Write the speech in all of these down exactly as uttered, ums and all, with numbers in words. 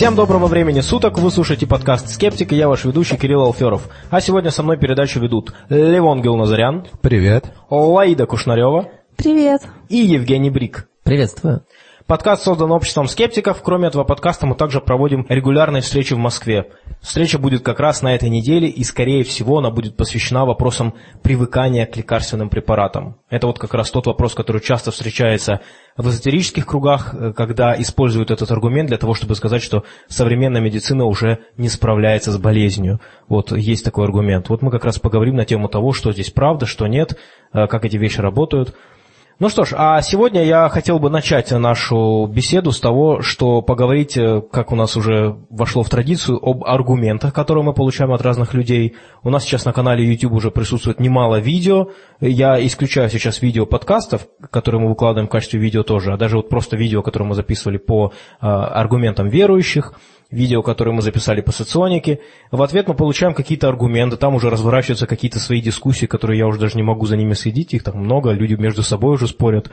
Всем доброго времени суток, вы слушаете подкаст «Скептик», и я ваш ведущий Кирилл Алферов. А сегодня со мной передачу ведут Левон Гилназарян. Привет. Лаида Кушнарева. Привет. И Евгений Брик. Приветствую. Подкаст создан обществом скептиков. Кроме этого подкаста мы также проводим регулярные встречи в Москве. Встреча будет как раз на этой неделе, и, скорее всего, она будет посвящена вопросам привыкания к лекарственным препаратам. Это вот как раз тот вопрос, который часто встречается в эзотерических кругах, когда используют этот аргумент для того, чтобы сказать, что современная медицина уже не справляется с болезнью. Вот есть такой аргумент. Вот мы как раз поговорим на тему того, что здесь правда, что нет, как эти вещи работают. Ну что ж, а сегодня я хотел бы начать нашу беседу с того, что поговорить, как у нас уже вошло в традицию, об аргументах, которые мы получаем от разных людей. У нас сейчас на канале YouTube уже присутствует немало видео. Я исключаю сейчас видео подкастов, которые мы выкладываем в качестве видео тоже, а даже вот просто видео, которые мы записывали по а, аргументам верующих, видео, которые мы записали по соционике. В ответ мы получаем какие-то аргументы, там уже разворачиваются какие-то свои дискуссии, которые я уже даже не могу за ними следить, их там много, люди между собой уже спорят.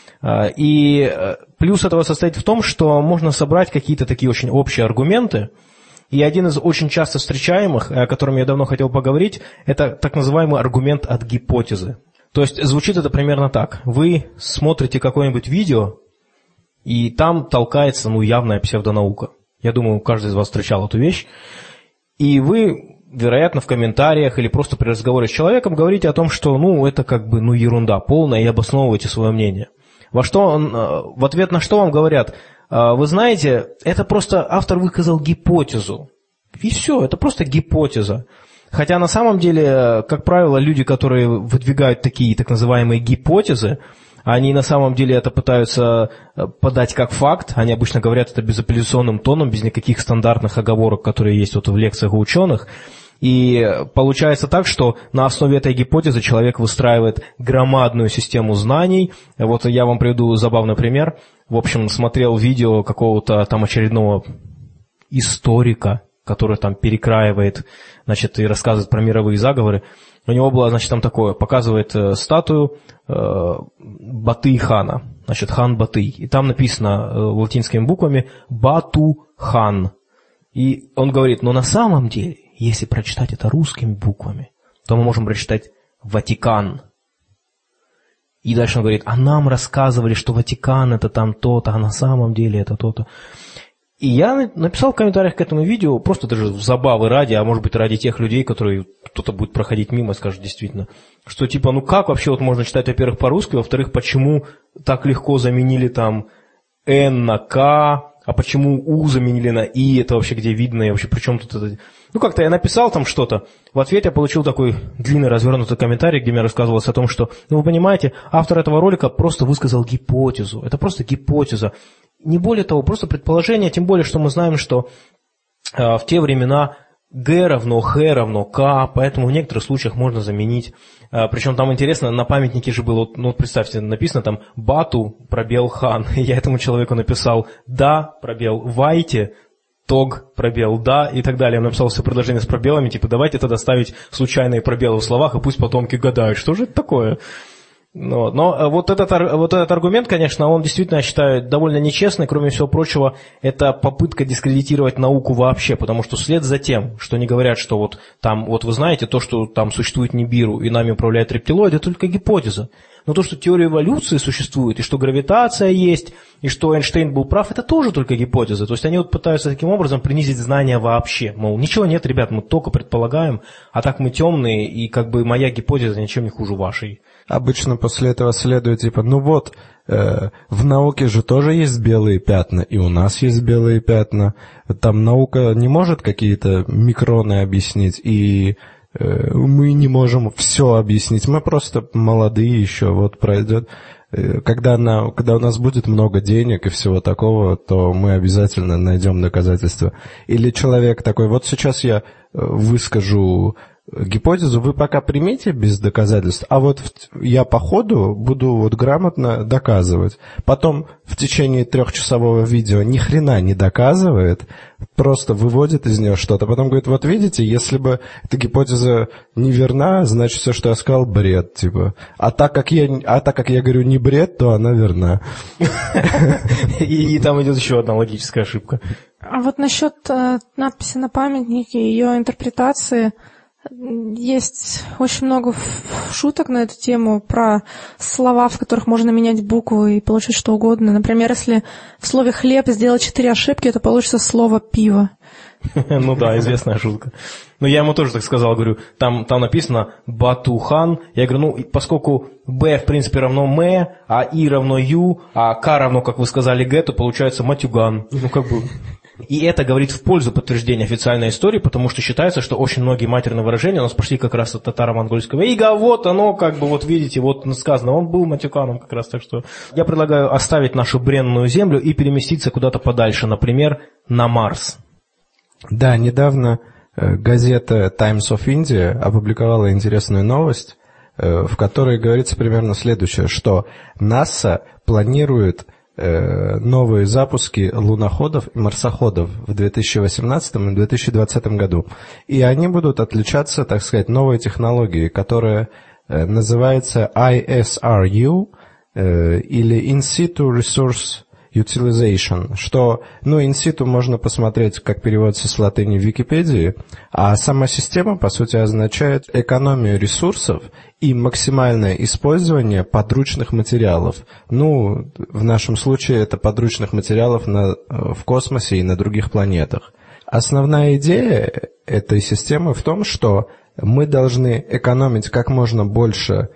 И плюс этого состоит в том, что можно собрать какие-то такие очень общие аргументы, и один из очень часто встречаемых, о котором я давно хотел поговорить, это так называемый аргумент от гипотезы. То есть звучит это примерно так. Вы смотрите какое-нибудь видео, и там толкается ну, явная псевдонаука. Я думаю, каждый из вас встречал эту вещь. И вы, вероятно, в комментариях или просто при разговоре с человеком говорите о том, что ну, это как бы ну, ерунда полная, и обосновываете свое мнение. Во что он, в ответ на что вам говорят? Вы знаете, это просто автор выказал гипотезу. И все, это просто гипотеза. Хотя на самом деле, как правило, люди, которые выдвигают такие так называемые гипотезы, они на самом деле это пытаются подать как факт, они обычно говорят это безапелляционным тоном, без никаких стандартных оговорок, которые есть вот в лекциях у ученых. И получается так, что на основе этой гипотезы человек выстраивает громадную систему знаний. Вот я вам приведу забавный пример. В общем, смотрел видео какого-то там очередного историка, который там перекраивает, значит, и рассказывает про мировые заговоры. У него было, значит, там такое, показывает э, статую э, Батый хана, значит, хан Батый. И там написано э, латинскими буквами Бату хан. И он говорит, но на самом деле, если прочитать это русскими буквами, то мы можем прочитать Ватикан. И дальше он говорит, а нам рассказывали, что Ватикан это там то-то, а на самом деле это то-то. И я написал в комментариях к этому видео, просто даже в забавы ради, а может быть ради тех людей, которые кто-то будет проходить мимо и скажет действительно, что типа, ну как вообще вот можно читать, во-первых, по-русски, во-вторых, почему так легко заменили там Н на К, а почему У заменили на И, это вообще где видно, и вообще при чем тут это... Ну как-то я написал там что-то, в ответ я получил такой длинный развернутый комментарий, где мне рассказывалось о том, что, ну вы понимаете, автор этого ролика просто высказал гипотезу, это просто гипотеза. Не более того, просто предположение, тем более, что мы знаем, что э, в те времена Г равно Х равно К, поэтому в некоторых случаях можно заменить. Э, причем там интересно, на памятнике же было, ну представьте, написано там Бату, пробел хан. Я этому человеку написал да, пробел, вайте, тог, пробел, да, и так далее. Я написал все предложения с пробелами, типа давайте тогда ставить случайные пробелы в словах, и пусть потомки гадают, что же это такое. Но, но вот, этот, вот этот аргумент, конечно, он действительно, я считаю, довольно нечестный. Кроме всего прочего, это попытка дискредитировать науку вообще, потому что вслед за тем, что они говорят, что вот там, вот вы знаете, то, что там существует Нибиру и нами управляет рептилоид, это только гипотеза. Но то, что теория эволюции существует, и что гравитация есть, и что Эйнштейн был прав, это тоже только гипотеза. То есть они вот пытаются таким образом принизить знания вообще. Мол, ничего нет, ребят, мы только предполагаем, а так мы темные, и как бы моя гипотеза ничем не хуже вашей. Обычно после этого следует типа, ну вот, э, в науке же тоже есть белые пятна, и у нас есть белые пятна. Там наука не может какие-то микроны объяснить, и э, мы не можем все объяснить. Мы просто молодые еще, вот пройдет. Когда, на, когда у нас будет много денег и всего такого, то мы обязательно найдем доказательства. Или человек такой, вот сейчас я выскажу гипотезу, вы пока примите без доказательств, а вот я по ходу буду вот грамотно доказывать. Потом в течение трехчасового видео ни хрена не доказывает, просто выводит из нее что-то. Потом говорит, вот видите, если бы эта гипотеза неверна, значит все, что я сказал, бред, типа. А так как я, а так как я говорю не бред, то она верна. И там идет еще одна логическая ошибка. А вот насчет э, надписи на памятнике и ее интерпретации, есть очень много шуток на эту тему про слова, в которых можно менять буквы и получить что угодно. Например, если в слове «хлеб» сделать четыре ошибки, то получится слово «пиво». Ну да, известная шутка. Но я ему тоже так сказал, говорю, там, там написано «Батухан». Я говорю, ну, поскольку «Б» в принципе равно «М», а «И» равно «Ю», а «К» равно, как вы сказали, «Г», то получается «Матюган». Ну, как бы... И это говорит в пользу подтверждения официальной истории, потому что считается, что очень многие матерные выражения у нас пошли как раз от татаро-монгольского ига, вот оно, как бы, вот видите, вот сказано, он был матюканом как раз, так что я предлагаю оставить нашу бренную землю и переместиться куда-то подальше, например, на Марс. Да, недавно газета Times of India опубликовала интересную новость, в которой говорится примерно следующее, что НАСА планирует новые запуски луноходов и марсоходов в две тысячи восемнадцатом и две тысячи двадцатом году. И они будут отличаться, так сказать, новой технологией, которая называется ай эс ар ю или In Situ Resource Utilization, что, ну, in situ можно посмотреть, как переводится с латыни в Википедии, а сама система, по сути, означает экономию ресурсов и максимальное использование подручных материалов. Ну, в нашем случае это подручных материалов на, в космосе и на других планетах. Основная идея этой системы в том, что мы должны экономить как можно больше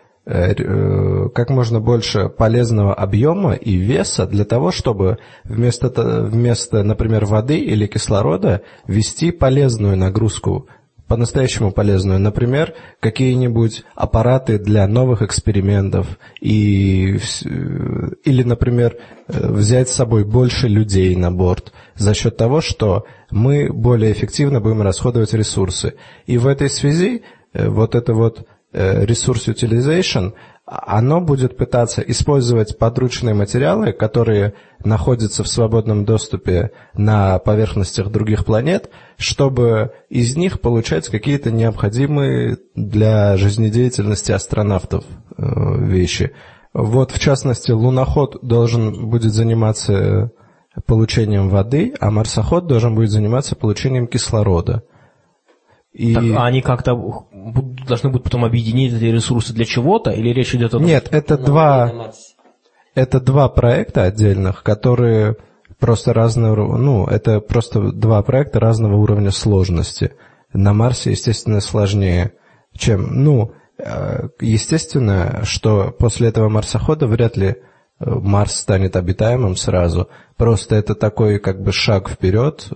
как можно больше полезного объема и веса для того, чтобы вместо, вместо, например, воды или кислорода ввести полезную нагрузку, по-настоящему полезную, например, какие-нибудь аппараты для новых экспериментов и, или, например, взять с собой больше людей на борт за счет того, что мы более эффективно будем расходовать ресурсы. И в этой связи вот это вот Resource Utilization, оно будет пытаться использовать подручные материалы, которые находятся в свободном доступе на поверхностях других планет, чтобы из них получать какие-то необходимые для жизнедеятельности астронавтов вещи. Вот, в частности, луноход должен будет заниматься получением воды, а марсоход должен будет заниматься получением кислорода. И... Так, а они как-то должны будут потом объединить эти ресурсы для чего-то, или речь идет о том, Нет, это два, это два проекта отдельных, которые просто разного, ну, это просто два проекта разного уровня сложности. На Марсе, естественно, сложнее, чем, ну, естественно, что после этого марсохода вряд ли Марс станет обитаемым сразу. Просто это такой, как бы, шаг вперед.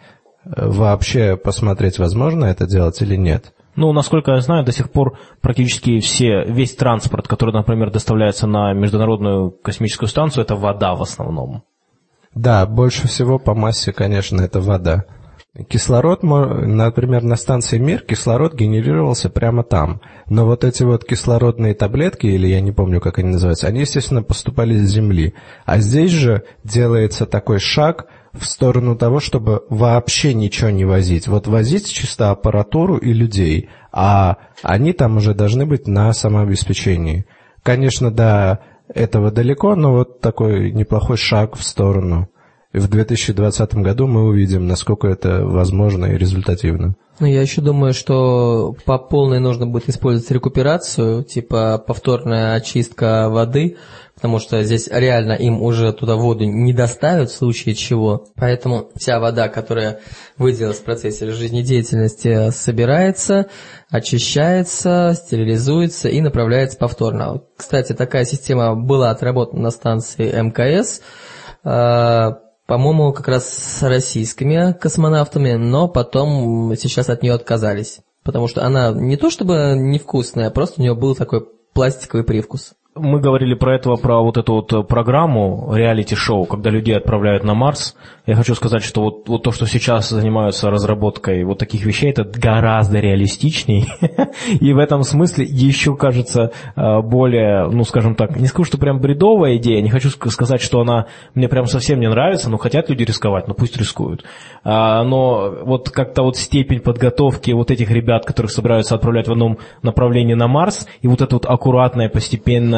Вообще посмотреть, возможно это делать или нет? Ну, насколько я знаю, до сих пор практически все, весь транспорт, который, например, доставляется на Международную космическую станцию, это вода в основном. Да, больше всего по массе, конечно, это вода. Кислород, например, на станции Мир кислород генерировался прямо там. Но вот эти вот кислородные таблетки, или я не помню, как они называются, они, естественно, поступали с Земли. А здесь же делается такой шаг в сторону того, чтобы вообще ничего не возить. Вот возить чисто аппаратуру и людей, а они там уже должны быть на самообеспечении. Конечно, до этого далеко, но вот такой неплохой шаг в сторону. И в две тысячи двадцатом году мы увидим, насколько это возможно и результативно. Ну, я еще думаю, что по полной нужно будет использовать рекуперацию, типа повторная очистка воды, потому что здесь реально им уже туда воду не доставят в случае чего. Поэтому вся вода, которая выделилась в процессе жизнедеятельности, собирается, очищается, стерилизуется и направляется повторно. Кстати, такая система была отработана на станции эм ка эс, по-моему, как раз с российскими космонавтами, но потом сейчас от нее отказались, потому что она не то чтобы невкусная, просто у нее был такой пластиковый привкус. Мы говорили про этого, про вот эту вот программу, реалити-шоу, когда людей отправляют на Марс. Я хочу сказать, что вот, вот то, что сейчас занимаются разработкой вот таких вещей, это гораздо реалистичней. И в этом смысле еще кажется более, ну, скажем так, не скажу, что прям бредовая идея, не хочу сказать, что она мне прям совсем не нравится, но хотят люди рисковать, ну пусть рискуют. Но вот как-то вот степень подготовки вот этих ребят, которых собираются отправлять в одном направлении на Марс, и вот это вот аккуратное, постепенное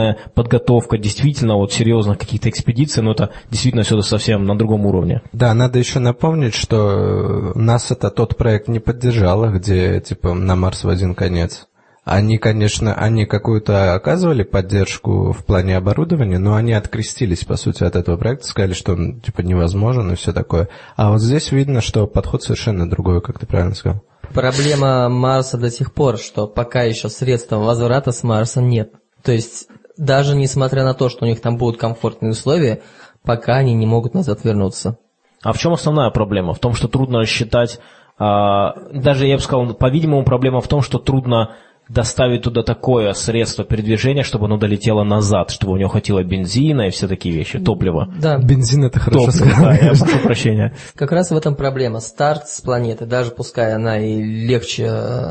реальная подготовка действительно вот серьезных каких-то экспедиций, но это действительно все совсем на другом уровне. Да, надо еще напомнить, что НАСА-то тот проект не поддержала, где типа на Марс в один конец. Они, конечно, они какую-то оказывали поддержку в плане оборудования, но они открестились, по сути, от этого проекта, сказали, что он, типа, невозможен и все такое. А вот здесь видно, что подход совершенно другой, как ты правильно сказал. Проблема Марса до сих пор, что пока еще средств возврата с Марса нет. То есть, даже несмотря на то, что у них там будут комфортные условия, пока они не могут назад вернуться. А в чем основная проблема? В том, что трудно рассчитать, а, даже, я бы сказал, по-видимому, проблема в том, что трудно доставить туда такое средство передвижения, чтобы оно долетело назад, чтобы у него хватило бензина и все такие вещи, топлива. Да. Бензин — это хорошо сказать. Да, я прошу прощения. Как раз в этом проблема. Старт с планеты, даже пускай она и легче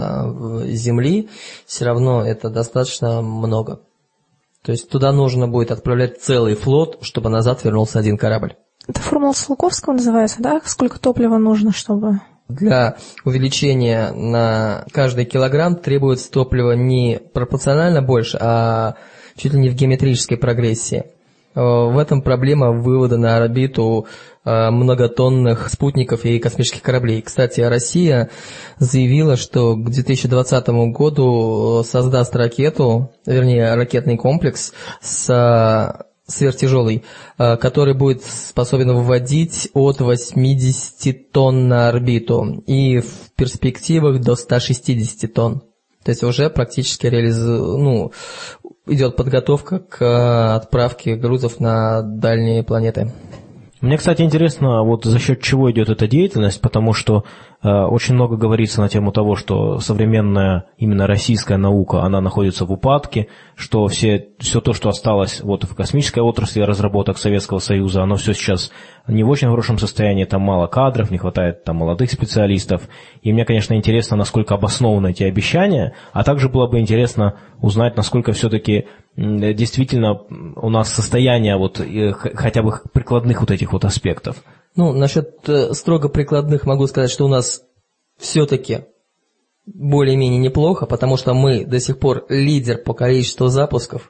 Земли, все равно это достаточно много. То есть туда нужно будет отправлять целый флот, чтобы назад вернулся один корабль. Это формула Циолковского называется, да? Сколько топлива нужно, чтобы... Для увеличения на каждый килограмм требуется топлива не пропорционально больше, а чуть ли не в геометрической прогрессии. В этом проблема вывода на орбиту многотонных спутников и космических кораблей. Кстати, Россия заявила, что к две тысячи двадцатому году создаст ракету, вернее, ракетный комплекс с... сверхтяжелый, который будет способен выводить от восьмидесяти тонн на орбиту и в перспективах до ста шестидесяти тонн. То есть уже практически реализу... ну, идет подготовка к отправке грузов на дальние планеты. Мне, кстати, интересно, вот за счет чего идет эта деятельность, потому что э, очень много говорится на тему того, что современная именно российская наука, она находится в упадке, что все, все то, что осталось вот в космической отрасли разработок Советского Союза, оно все сейчас не в очень хорошем состоянии, там мало кадров, не хватает там молодых специалистов. И мне, конечно, интересно, насколько обоснованы эти обещания, а также было бы интересно узнать, насколько все-таки действительно у нас состояние вот хотя бы прикладных вот этих вот аспектов. Ну, насчет э, строго прикладных могу сказать, что у нас все-таки более-менее неплохо, потому что мы до сих пор лидер по количеству запусков.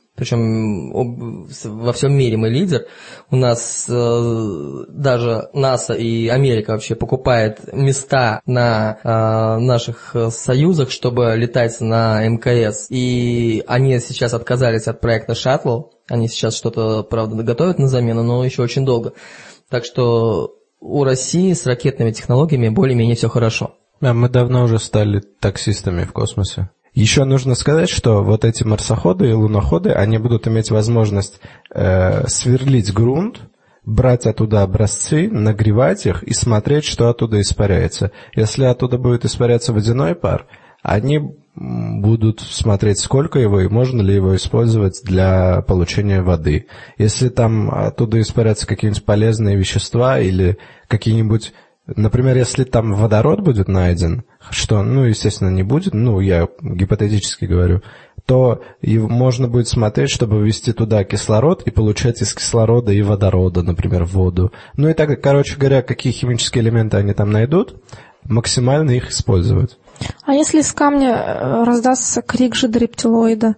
Причем во всем мире мы лидер. У нас э, даже НАСА и Америка вообще покупает места на э, наших союзах, чтобы летать на эм ка эс. И они сейчас отказались от проекта «Шаттл». Они сейчас что-то, правда, готовят на замену, но еще очень долго. Так что у России с ракетными технологиями более-менее все хорошо. А мы давно уже стали таксистами в космосе. Еще нужно сказать, что вот эти марсоходы и луноходы, они будут иметь возможность э, сверлить грунт, брать оттуда образцы, нагревать их и смотреть, что оттуда испаряется. Если оттуда будет испаряться водяной пар, они будут смотреть, сколько его и можно ли его использовать для получения воды. Если там оттуда испарятся какие-нибудь полезные вещества или какие-нибудь... Например, если там водород будет найден, что, ну, естественно, не будет, ну, я гипотетически говорю, то и можно будет смотреть, чтобы ввести туда кислород и получать из кислорода и водорода, например, воду. Ну и так, короче говоря, какие химические элементы они там найдут, максимально их использовать. А если из камня раздастся крик жидорептилоида?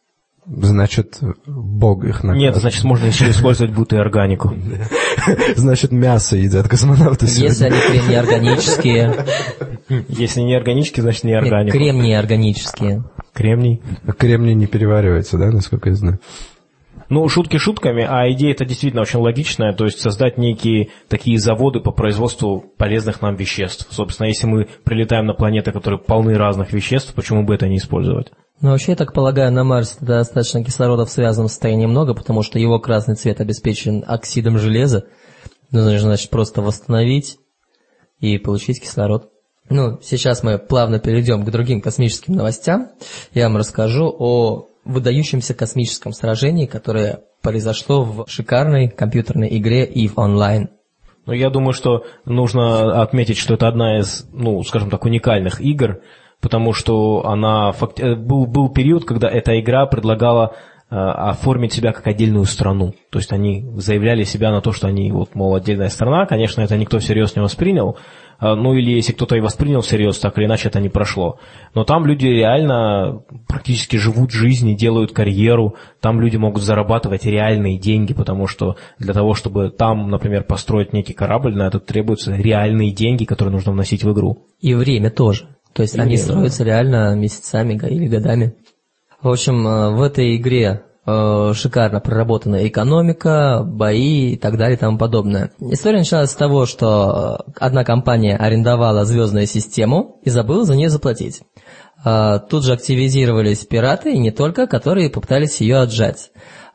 Значит, Бог их накажет. Нет, значит, можно еще использовать будто и органику. Значит, мясо едят космонавты сегодня. Если они кремний-органические. Если не органические, значит не органику. Нет, кремний-органические. Кремний. Кремний не переваривается, да, насколько я знаю? Ну, шутки шутками, а идея это действительно очень логичная, то есть создать некие такие заводы по производству полезных нам веществ. Собственно, если мы прилетаем на планеты, которые полны разных веществ, почему бы это не использовать? Ну, вообще, я так полагаю, на Марсе достаточно кислорода в связанном состоянии много, потому что его красный цвет обеспечен оксидом железа. Нужно, значит, просто восстановить и получить кислород. Ну, сейчас мы плавно перейдем к другим космическим новостям. Я вам расскажу о выдающемся космическом сражении, которое произошло в шикарной компьютерной игре ив Online. Ну, я думаю, что нужно отметить, что это одна из, ну, скажем так, уникальных игр, потому что она факти... был, был период, когда эта игра предлагала оформить себя как отдельную страну. То есть они заявляли себя на то, что они, вот, мол, отдельная страна. Конечно, это никто всерьез не воспринял. Ну или если кто-то и воспринял всерьез, так или иначе это не прошло. Но там люди реально практически живут жизнь и делают карьеру. Там люди могут зарабатывать реальные деньги, потому что для того, чтобы там, например, построить некий корабль, на это требуются реальные деньги, которые нужно вносить в игру. И время тоже. То есть и они время, строятся да. реально месяцами или годами. В общем, в этой игре шикарно проработана экономика, бои и так далее и тому подобное. История началась с того, что одна компания арендовала звездную систему и забыла за нее заплатить. Тут же активизировались пираты, и не только, которые попытались ее отжать.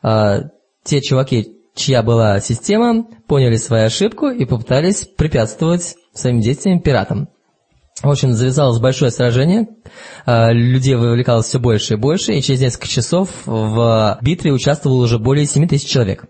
Те чуваки, чья была система, поняли свою ошибку и попытались препятствовать своим действиям пиратам. В общем, завязалось большое сражение, людей вовлекалось все больше и больше, и через несколько часов в битве участвовало уже более семь тысяч человек.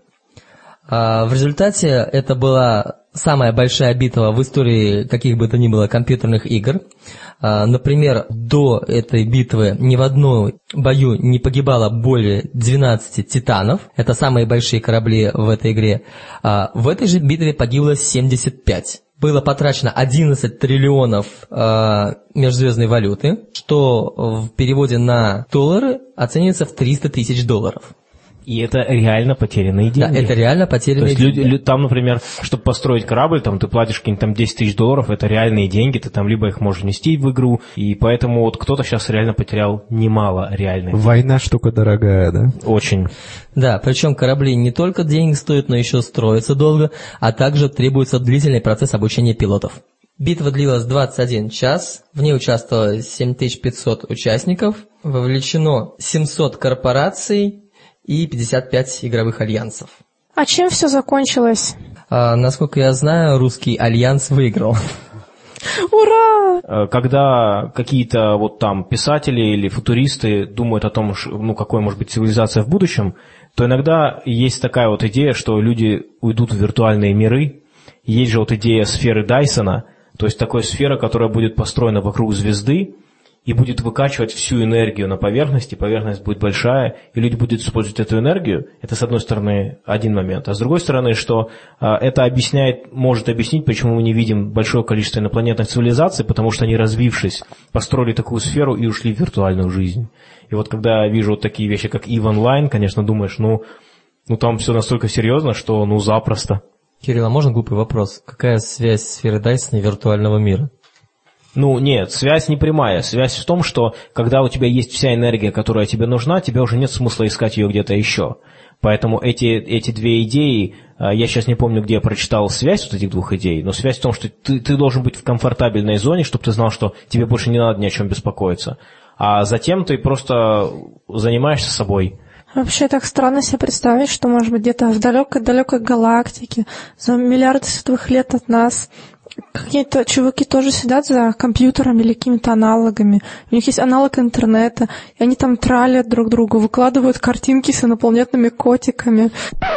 В результате это была самая большая битва в истории каких бы то ни было компьютерных игр. Например, до этой битвы ни в одном бою не погибало более двенадцати титанов. Это самые большие корабли в этой игре. В этой же битве погибло семьдесят пять. Было потрачено одиннадцать триллионов э, межзвездной валюты, что в переводе на доллары оценивается в триста тысяч долларов. И это реально потерянные деньги. Да, это реально потерянные деньги. То есть деньги. Люди, там, например, чтобы построить корабль, там ты платишь какие-нибудь там десять тысяч долларов, это реальные деньги, ты там либо их можешь внести в игру, и поэтому вот кто-то сейчас реально потерял немало реальных. Война штука дорогая, да? Очень. Да, причем корабли не только денег стоят, но еще строятся долго, а также требуется длительный процесс обучения пилотов. Битва длилась двадцать один час, в ней участвовало семь тысяч пятьсот участников, вовлечено семьсот корпораций и пятьдесят пять игровых альянсов. А чем все закончилось? А, насколько я знаю, русский альянс выиграл. Ура! Когда какие-то вот там писатели или футуристы думают о том, ну, какой может быть цивилизация в будущем, то иногда есть такая вот идея, что люди уйдут в виртуальные миры. Есть же вот идея сферы Дайсона, то есть такой сфера, которая будет построена вокруг звезды и будет выкачивать всю энергию на поверхности, поверхность будет большая, и люди будут использовать эту энергию. Это, с одной стороны, один момент. А с другой стороны, что а, это объясняет, может объяснить, почему мы не видим большое количество инопланетных цивилизаций, потому что они, развившись, построили такую сферу и ушли в виртуальную жизнь. И вот когда я вижу вот такие вещи, как EVE Online, конечно, думаешь, ну, ну там все настолько серьезно, что ну запросто. Кирилл, а можно глупый вопрос? Какая связь сферы Дайсона и виртуального мира? Ну, нет, связь не прямая. Связь в том, что когда у тебя есть вся энергия, которая тебе нужна, тебе уже нет смысла искать ее где-то еще. Поэтому эти, эти две идеи, я сейчас не помню, где я прочитал связь вот этих двух идей, но связь в том, что ты, ты должен быть в комфортабельной зоне, чтобы ты знал, что тебе больше не надо ни о чем беспокоиться. А затем ты просто занимаешься собой. Вообще так странно себе представить, что, может быть, где-то в далекой-далекой галактике, за миллиарды световых лет от нас, какие-то чуваки тоже сидят за компьютерами или какими-то аналогами. У них есть аналог интернета, и они там тралят друг друга, выкладывают картинки с инопланетными котиками.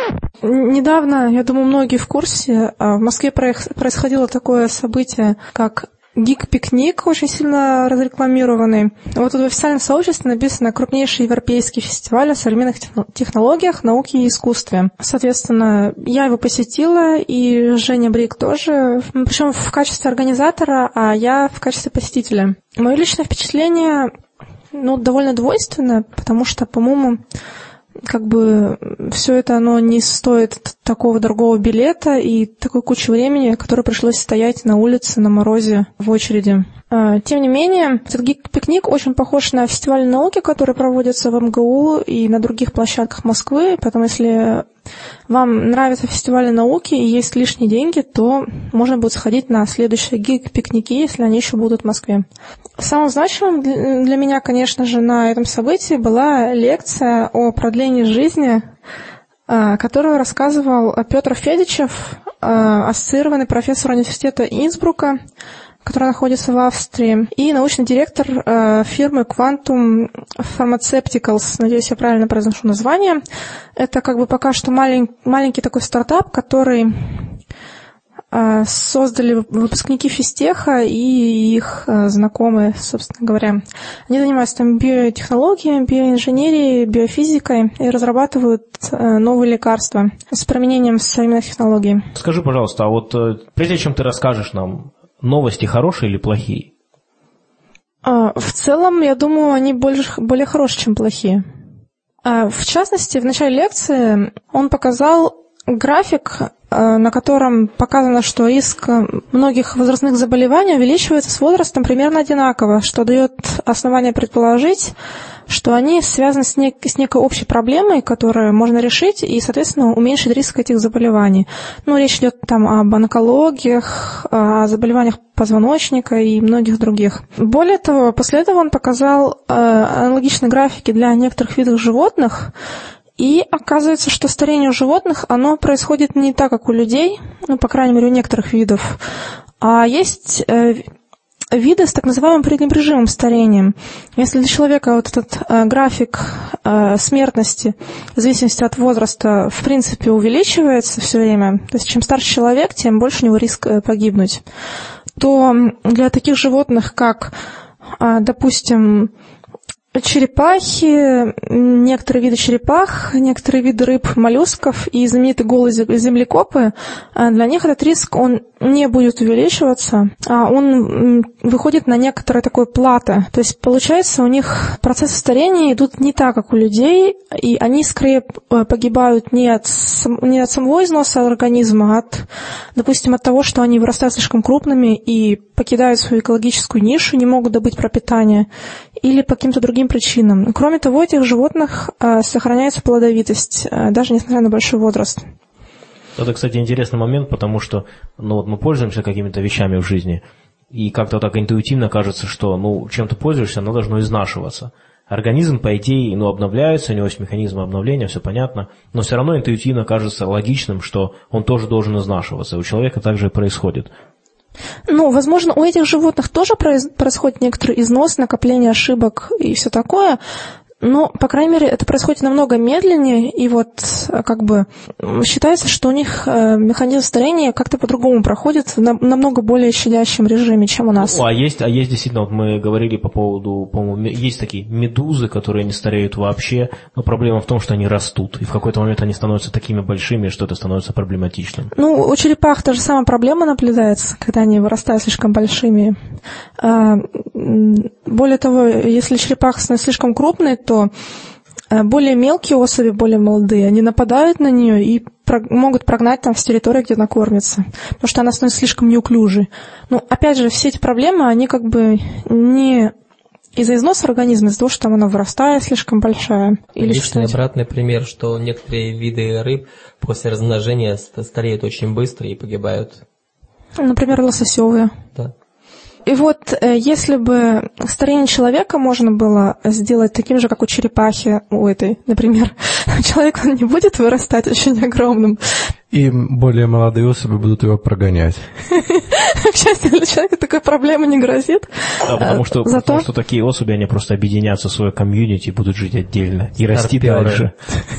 Недавно, я думаю, многие в курсе, в Москве происходило такое событие, как Гик-пикник, очень сильно разрекламированный. Вот тут в официальном сообществе написано «Крупнейший европейский фестиваль о современных технологиях, науке и искусстве». Соответственно, я его посетила, и Женя Брик тоже, причем в качестве организатора, а я в качестве посетителя. Мое личное впечатление, ну, довольно двойственное, потому что, по-моему, как бы все это, оно не стоит такого дорогого билета и такой кучи времени, которое пришлось стоять на улице на морозе в очереди. Тем не менее, этот гик-пикник очень похож на фестиваль науки, который проводится в эм гэ у и на других площадках Москвы, поэтому если вам нравятся фестивали науки и есть лишние деньги, то можно будет сходить на следующие гик-пикники, если они еще будут в Москве. Самым значимым для меня, конечно же, на этом событии была лекция о продлении жизни, которую рассказывал Петр Федичев, ассоциированный профессор университета Инсбрука, который находится в Австрии, и научный директор э, фирмы Quantum Pharmaceuticals, надеюсь, я правильно произношу название. Это как бы пока что малень, маленький такой стартап, который создали выпускники физтеха и их знакомые, собственно говоря. Они занимаются там биотехнологией, биоинженерией, биофизикой и разрабатывают новые лекарства с применением современных технологий. Скажи, пожалуйста, а вот прежде чем ты расскажешь нам, новости хорошие или плохие? В целом, я думаю, они больше, более хорошие, чем плохие. В частности, в начале лекции он показал график, на котором показано, что риск многих возрастных заболеваний увеличивается с возрастом примерно одинаково, что дает основание предположить, что они связаны с, нек- с некой общей проблемой, которую можно решить и, соответственно, уменьшить риск этих заболеваний. Ну, речь идет там об онкологиях, о заболеваниях позвоночника и многих других. Более того, после этого он показал э, аналогичные графики для некоторых видов животных, и оказывается, что старение у животных, оно происходит не так, как у людей, ну, по крайней мере, у некоторых видов, а есть э, виды с так называемым пренебрежимым старением. Если для человека вот этот э, график э, смертности в зависимости от возраста в принципе увеличивается все время, то есть чем старше человек, тем больше у него риск э, погибнуть, то для таких животных, как, э, допустим, черепахи, некоторые виды черепах, некоторые виды рыб, моллюсков и знаменитые голые землекопы, для них этот риск, он не будет увеличиваться, а он выходит на некоторое такое плато. То есть, получается, у них процессы старения идут не так, как у людей, и они скорее погибают не от, не от самого износа организма, а от, допустим, от того, что они вырастают слишком крупными и покидают свою экологическую нишу, не могут добыть пропитание, или по каким-то другим причинам. Кроме того, у этих животных э, сохраняется плодовитость, э, даже несмотря на большой возраст. Это, кстати, интересный момент, потому что ну, вот мы пользуемся какими-то вещами в жизни, и как-то так интуитивно кажется, что ну, чем ты пользуешься, оно должно изнашиваться. Организм, по идее, ну, обновляется, у него есть механизм обновления, все понятно, но все равно интуитивно кажется логичным, что он тоже должен изнашиваться. У человека также и происходит. Ну, возможно, у этих животных тоже происходит некоторый износ, накопление ошибок и все такое, но, по крайней мере, это происходит намного медленнее, и вот как бы считается, что у них механизм старения как-то по-другому проходит в намного более щадящем режиме, чем у нас. Ну, а есть, а есть действительно, вот мы говорили по поводу, по-моему, есть такие медузы, которые не стареют вообще, но проблема в том, что они растут, и в какой-то момент они становятся такими большими, что это становится проблематичным. Ну, у черепах та же самая проблема наблюдается, когда они вырастают слишком большими. Более того, если черепаха становится слишком крупной, то более мелкие особи, более молодые, они нападают на нее и могут прогнать там с территории, где она кормится, потому что она становится слишком неуклюжей. Но, опять же, все эти проблемы, они как бы не из-за износа организма, из-за того, что там она вырастает слишком большая. Или есть обратный пример, что некоторые виды рыб после размножения стареют очень быстро и погибают. Например, лососевые. Да. И вот, если бы старение человека можно было сделать таким же, как у черепахи, у этой, например, человек, он не будет вырастать очень огромным. И более молодые особи будут его прогонять. К счастью, для человека такой проблемы не грозит. Да, потому что, Зато... потому что такие особи, они просто объединятся в свое комьюнити и будут жить отдельно и расти дальше.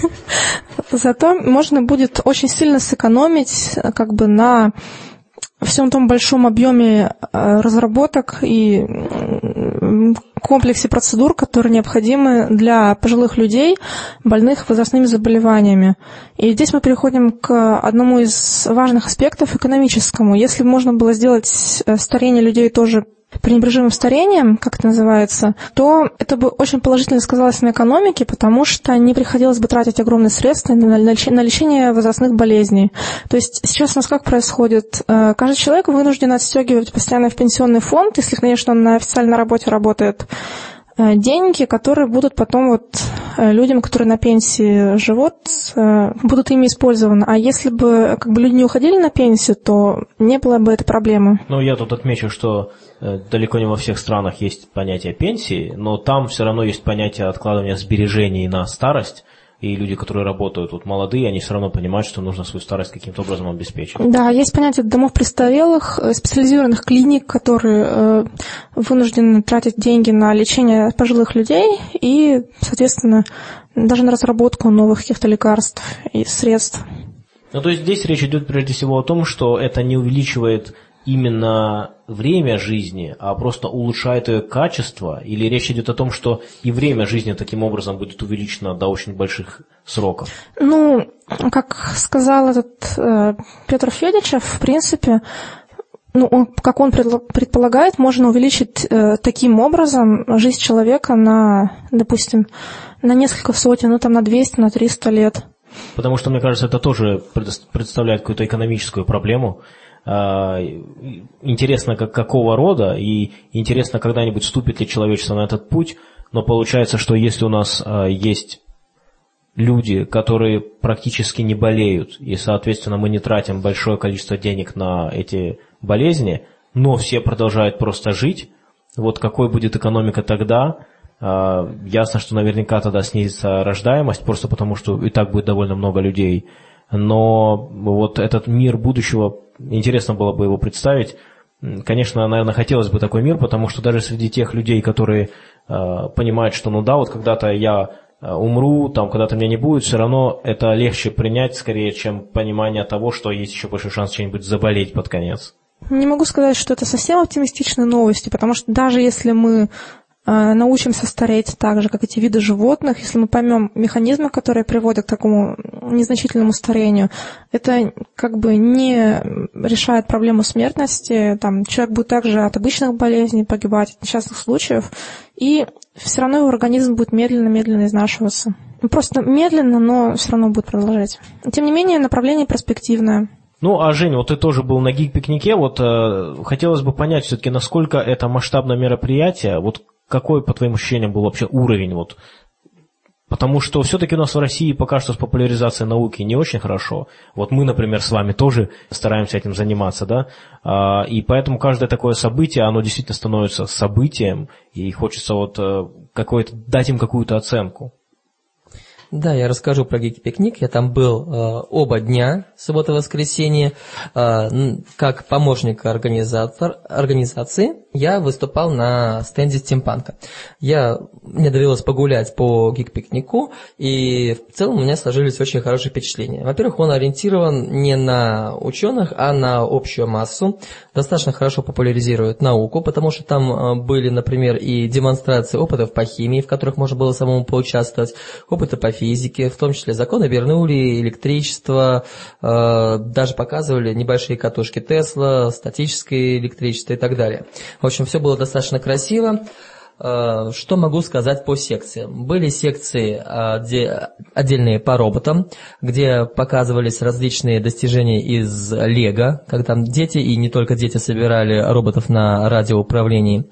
Зато можно будет очень сильно сэкономить как бы на всем том большом объеме разработок и комплексе процедур, которые необходимы для пожилых людей, больных возрастными заболеваниями. И здесь мы переходим к одному из важных аспектов, экономическому. Если бы можно было сделать старение людей тоже пренебрежимым старением, как это называется, то это бы очень положительно сказалось на экономике, потому что не приходилось бы тратить огромные средства на лечение возрастных болезней. То есть сейчас у нас как происходит? Каждый человек вынужден отстегивать постоянно в пенсионный фонд, если, конечно, он на официальной работе работает, деньги, которые будут потом вот людям, которые на пенсии живут, будут ими использованы. А если бы как бы люди не уходили на пенсию, то не было бы этой проблемы. Ну, я тут отмечу, что далеко не во всех странах есть понятие пенсии, но там все равно есть понятие откладывания сбережений на старость. И люди, которые работают вот молодые, они все равно понимают, что нужно свою старость каким-то образом обеспечить. Да, есть понятие домов престарелых, специализированных клиник, которые э, вынуждены тратить деньги на лечение пожилых людей и, соответственно, даже на разработку новых каких-то лекарств и средств. Ну, то есть здесь речь идет прежде всего о том, что это не увеличивает именно время жизни, а просто улучшает ее качество, или речь идет о том, что и время жизни таким образом будет увеличено до очень больших сроков? Ну, как сказал этот э, Петр Федичев, в принципе, ну, он, как он предполагает, можно увеличить э, таким образом жизнь человека на, допустим, на несколько сотен, ну там на двести, на триста лет. Потому что, мне кажется, это тоже представляет какую-то экономическую проблему. Интересно, как, какого рода, и интересно, когда-нибудь вступит ли человечество на этот путь, но получается, что если у нас есть люди, которые практически не болеют, и, соответственно, мы не тратим большое количество денег на эти болезни, но все продолжают просто жить, вот какой будет экономика тогда? Ясно, что наверняка тогда снизится рождаемость, просто потому что и так будет довольно много людей. Но вот этот мир будущего, интересно было бы его представить. Конечно, наверное, хотелось бы такой мир, потому что даже среди тех людей, которые э, понимают, что ну да, вот когда-то я умру, там когда-то меня не будет, все равно это легче принять скорее, чем понимание того, что есть еще большой шанс чем-нибудь заболеть под конец. Не могу сказать, что это совсем оптимистичные новости, потому что даже если мы научимся стареть так же, как эти виды животных, если мы поймем механизмы, которые приводят к такому незначительному старению, это как бы не решает проблему смертности, там, человек будет также от обычных болезней погибать, от несчастных случаев, и все равно его организм будет медленно-медленно изнашиваться. Просто медленно, но все равно будет продолжать. Тем не менее, направление перспективное. Ну, а, Жень, вот ты тоже был на гик-пикнике, вот э, хотелось бы понять все-таки, насколько это масштабное мероприятие, вот какой, по твоим ощущениям, был вообще уровень, вот, потому что все-таки у нас в России пока что с популяризацией науки не очень хорошо, вот мы, например, с вами тоже стараемся этим заниматься, да, а, и поэтому каждое такое событие, оно действительно становится событием, и хочется вот э, какое-то, дать им какую-то оценку. Да, я расскажу про гик-пикник. Я там был э, оба дня, суббота и воскресенье, э, как помощник организатор, организации. Я выступал на стенде стимпанка. Я, мне довелось погулять по гик-пикнику, и в целом у меня сложились очень хорошие впечатления. Во-первых, он ориентирован не на ученых, а на общую массу. Достаточно хорошо популяризирует науку, потому что там были, например, и демонстрации опытов по химии, в которых можно было самому поучаствовать, опыты по физике, в том числе законы Бернулли, электричество, э, даже показывали небольшие катушки Тесла, статическое электричество и так далее. В общем, все было достаточно красиво. Что могу сказать по секциям? Были секции отдельные по роботам, где показывались различные достижения из Лего, когда там дети, и не только дети, собирали роботов на радиоуправлении.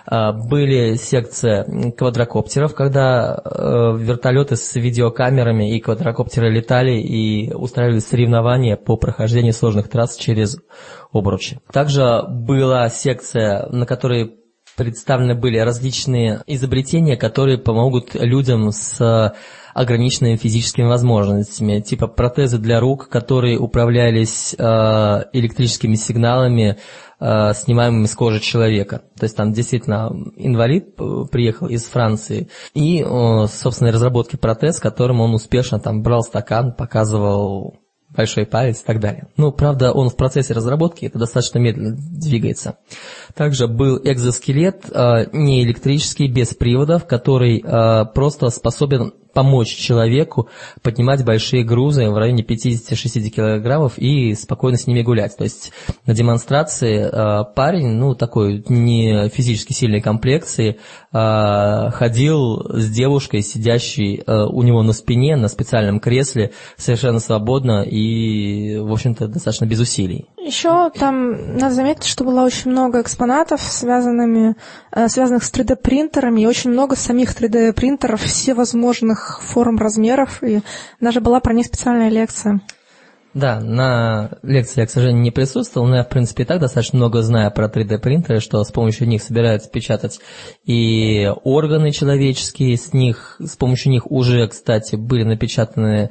Были секции квадрокоптеров, когда вертолеты с видеокамерами и квадрокоптеры летали и устраивали соревнования по прохождению сложных трасс через обручи. Также была секция, на которой представлены были различные изобретения, которые помогут людям с ограниченными физическими возможностями, типа протезы для рук, которые управлялись э, электрическими сигналами, э, снимаемыми с кожи человека. То есть там действительно инвалид приехал из Франции, и, э, собственно, разработки протез, которым он успешно там брал стакан, показывал большой палец и так далее. Ну, правда, он в процессе разработки, это достаточно медленно двигается. Также был экзоскелет, э, не электрический, без приводов, который э, просто способен помочь человеку поднимать большие грузы в районе пятьдесят-шестьдесят килограммов и спокойно с ними гулять. То есть на демонстрации э, парень, ну, такой не физически сильной комплекции, э, ходил с девушкой, сидящей э, у него на спине, на специальном кресле, совершенно свободно и, в общем-то, достаточно без усилий. Еще там надо заметить, что было очень много экспонатов, связанными, э, связанных с три дэ-принтерами, и очень много самих три дэ-принтеров всевозможных форм, размеров, и даже была про них специальная лекция. Да, на лекции я, к сожалению, не присутствовал, но я, в принципе, и так достаточно много знаю про три дэ-принтеры, что с помощью них собираются печатать и органы человеческие, с них, с помощью них уже, кстати, были напечатаны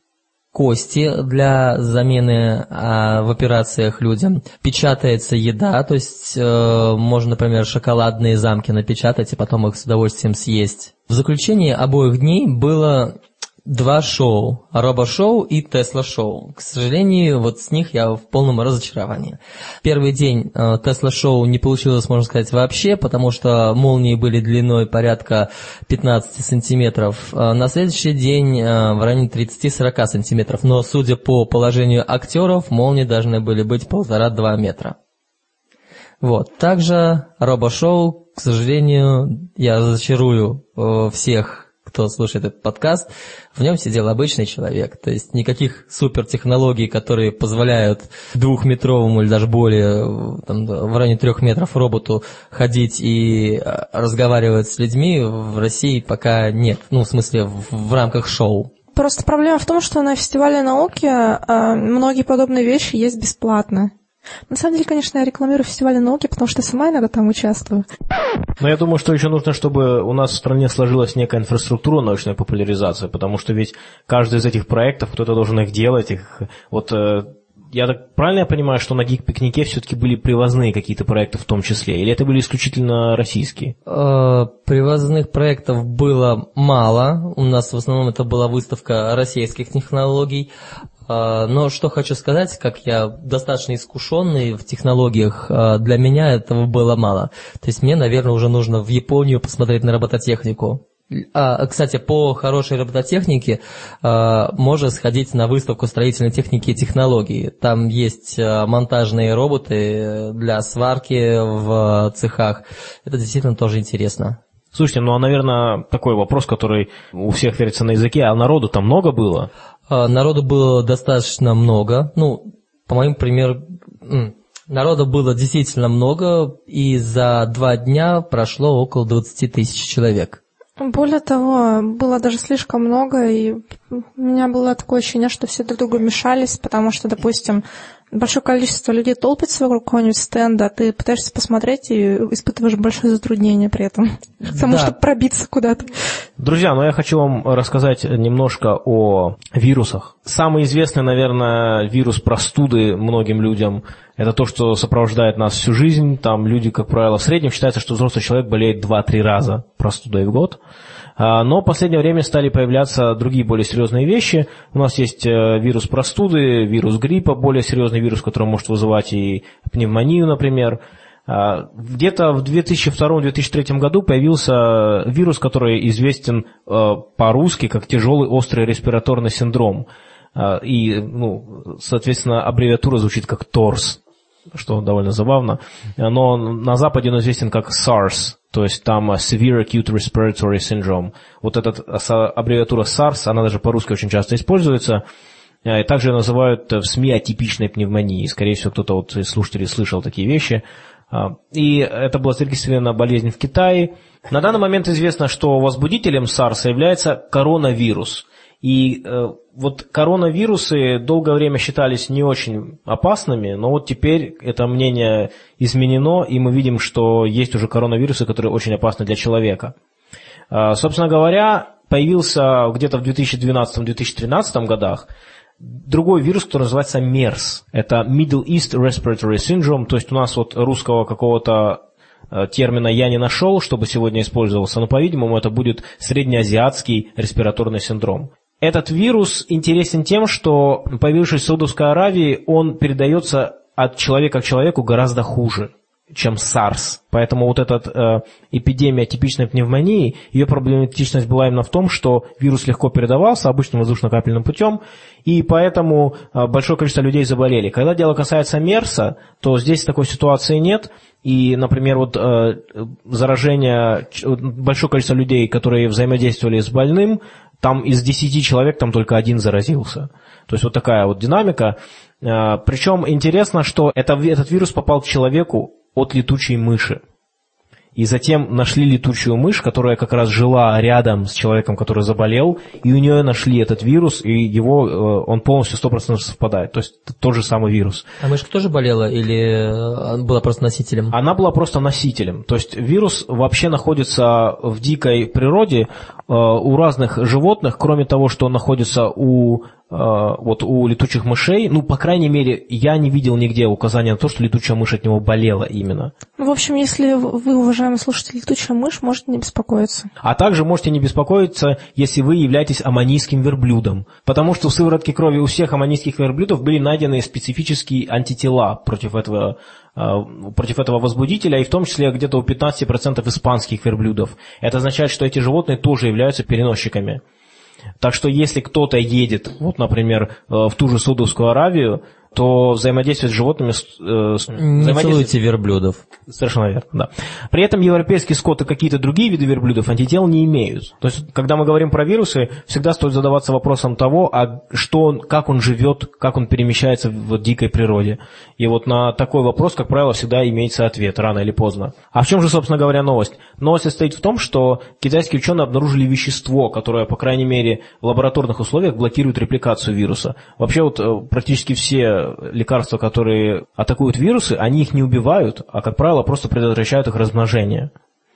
кости для замены а, в операциях людям. Печатается еда, то есть э, можно, например, шоколадные замки напечатать и потом их с удовольствием съесть. В заключении обоих дней было два шоу, Робо-шоу и Тесла-шоу. К сожалению, вот с них я в полном разочаровании. Первый день э, Тесла-шоу не получилось, можно сказать, вообще, потому что молнии были длиной порядка пятнадцать сантиметров. Э, на следующий день э, в районе тридцать-сорок сантиметров, но, судя по положению актеров, молнии должны были быть полтора-два метра. Вот. Также Робо-шоу, к сожалению, я разочарую э, всех, кто слушает этот подкаст, в нем сидел обычный человек. То есть никаких супертехнологий, которые позволяют двухметровому или даже более, там, в районе трех метров роботу ходить и разговаривать с людьми, в России пока нет. Ну, в смысле, в, в рамках шоу. Просто проблема в том, что на фестивале науки э, многие подобные вещи есть бесплатно. На самом деле, конечно, я рекламирую фестиваль науки, потому что сама иногда там участвую. Но я думаю, что еще нужно, чтобы у нас в стране сложилась некая инфраструктура научной популяризации, потому что ведь каждый из этих проектов, кто-то должен их делать. Их, вот, э, я так правильно я понимаю, что на Гик-пикнике все-таки были привозные какие-то проекты в том числе, или это были исключительно российские? Э, привозных проектов было мало. У нас в основном это была выставка российских технологий. Но что хочу сказать, как я достаточно искушенный в технологиях, для меня этого было мало. То есть мне, наверное, уже нужно в Японию посмотреть на робототехнику. А, кстати, по хорошей робототехнике можно сходить на выставку строительной техники и технологий. Там есть монтажные роботы для сварки в цехах. Это действительно тоже интересно. Слушайте, ну а, наверное, такой вопрос, который у всех вертится на языке, а народу там много было? Народу было достаточно много. Ну, по моему примеру, народу было действительно много, и за два дня прошло около двадцать тысяч человек. Более того, было даже слишком много, и у меня было такое ощущение, что все друг другу мешались, потому что, допустим, большое количество людей толпится вокруг какого-нибудь стенда, а ты пытаешься посмотреть и испытываешь большое затруднение при этом, потому да. что пробиться куда-то. Друзья, ну я хочу вам рассказать немножко о вирусах. Самый известный, наверное, вирус простуды многим людям – это то, что сопровождает нас всю жизнь. Там люди, как правило, в среднем считается, что взрослый человек болеет два-три раза простудой в год. Но в последнее время стали появляться другие более серьезные вещи. У нас есть вирус простуды, вирус гриппа, более серьезный вирус, который может вызывать и пневмонию, например. Где-то в две тысячи втором — две тысячи третьем году появился вирус, который известен по-русски как тяжелый острый респираторный синдром. И, ну, соответственно, аббревиатура звучит как торс, что довольно забавно. Но на Западе он известен как SARS, то есть там Severe Acute Respiratory Syndrome. Вот эта аббревиатура SARS, она даже по-русски очень часто используется. И также называют в СМИ атипичной пневмонией. Скорее всего, кто-то вот из слушателей слышал такие вещи. И это была зарегистрирована болезнь в Китае. На данный момент известно, что возбудителем SARS является коронавирус. И э, вот коронавирусы долгое время считались не очень опасными, но вот теперь это мнение изменено, и мы видим, что есть уже коронавирусы, которые очень опасны для человека. Э, собственно говоря, появился где-то в две тысячи двенадцатом — две тысячи тринадцатом годах другой вирус, который называется мерс. Это Middle East Respiratory Syndrome, то есть у нас вот русского какого-то термина я не нашел, чтобы сегодня использовался, но, по-видимому, это будет среднеазиатский респираторный синдром. Этот вирус интересен тем, что, появившись в Саудовской Аравии, он передается от человека к человеку гораздо хуже, чем SARS. Поэтому вот эта э, эпидемия типичной пневмонии, ее проблематичность была именно в том, что вирус легко передавался обычным воздушно-капельным путем, и поэтому э, большое количество людей заболели. Когда дело касается мерса, то здесь такой ситуации нет. И, например, вот э, заражение, большое количество людей, которые взаимодействовали с больным, там из десяти человек там только один заразился. То есть вот такая вот динамика. Э, причем интересно, что это, этот вирус попал к человеку от летучей мыши. И затем нашли летучую мышь, которая как раз жила рядом с человеком, который заболел, и у нее нашли этот вирус, и его, он полностью сто процентов совпадает. То есть это тот же самый вирус. А мышка тоже болела или была просто носителем? Она была просто носителем. То есть вирус вообще находится в дикой природе у разных животных, кроме того, что он находится у... вот у летучих мышей, ну, по крайней мере, я не видел нигде указания на то, что летучая мышь от него болела именно. В общем, если вы, уважаемые уважаемый слушатель, летучая мышь, можете не беспокоиться. А также можете не беспокоиться, если вы являетесь аммонийским верблюдом, потому что в сыворотке крови у всех аммонийских верблюдов были найдены специфические антитела против этого, против этого возбудителя, и в том числе где-то у пятнадцать процентов испанских верблюдов. Это означает, что эти животные тоже являются переносчиками. Так что если кто-то едет, вот, например, в ту же Саудовскую Аравию, то взаимодействие с животными... Э, не взаимодействие... целуйте верблюдов. Совершенно верно, да. При этом европейский скот и какие-то другие виды верблюдов антител не имеют. То есть, когда мы говорим про вирусы, всегда стоит задаваться вопросом того, а что он, как он живет, как он перемещается в дикой природе. И вот на такой вопрос, как правило, всегда имеется ответ, рано или поздно. А в чем же, собственно говоря, новость? Новость состоит в том, что китайские ученые обнаружили вещество, которое, по крайней мере, в лабораторных условиях блокирует репликацию вируса. Вообще вот практически все лекарства, которые атакуют вирусы, они их не убивают, а, как правило, просто предотвращают их размножение.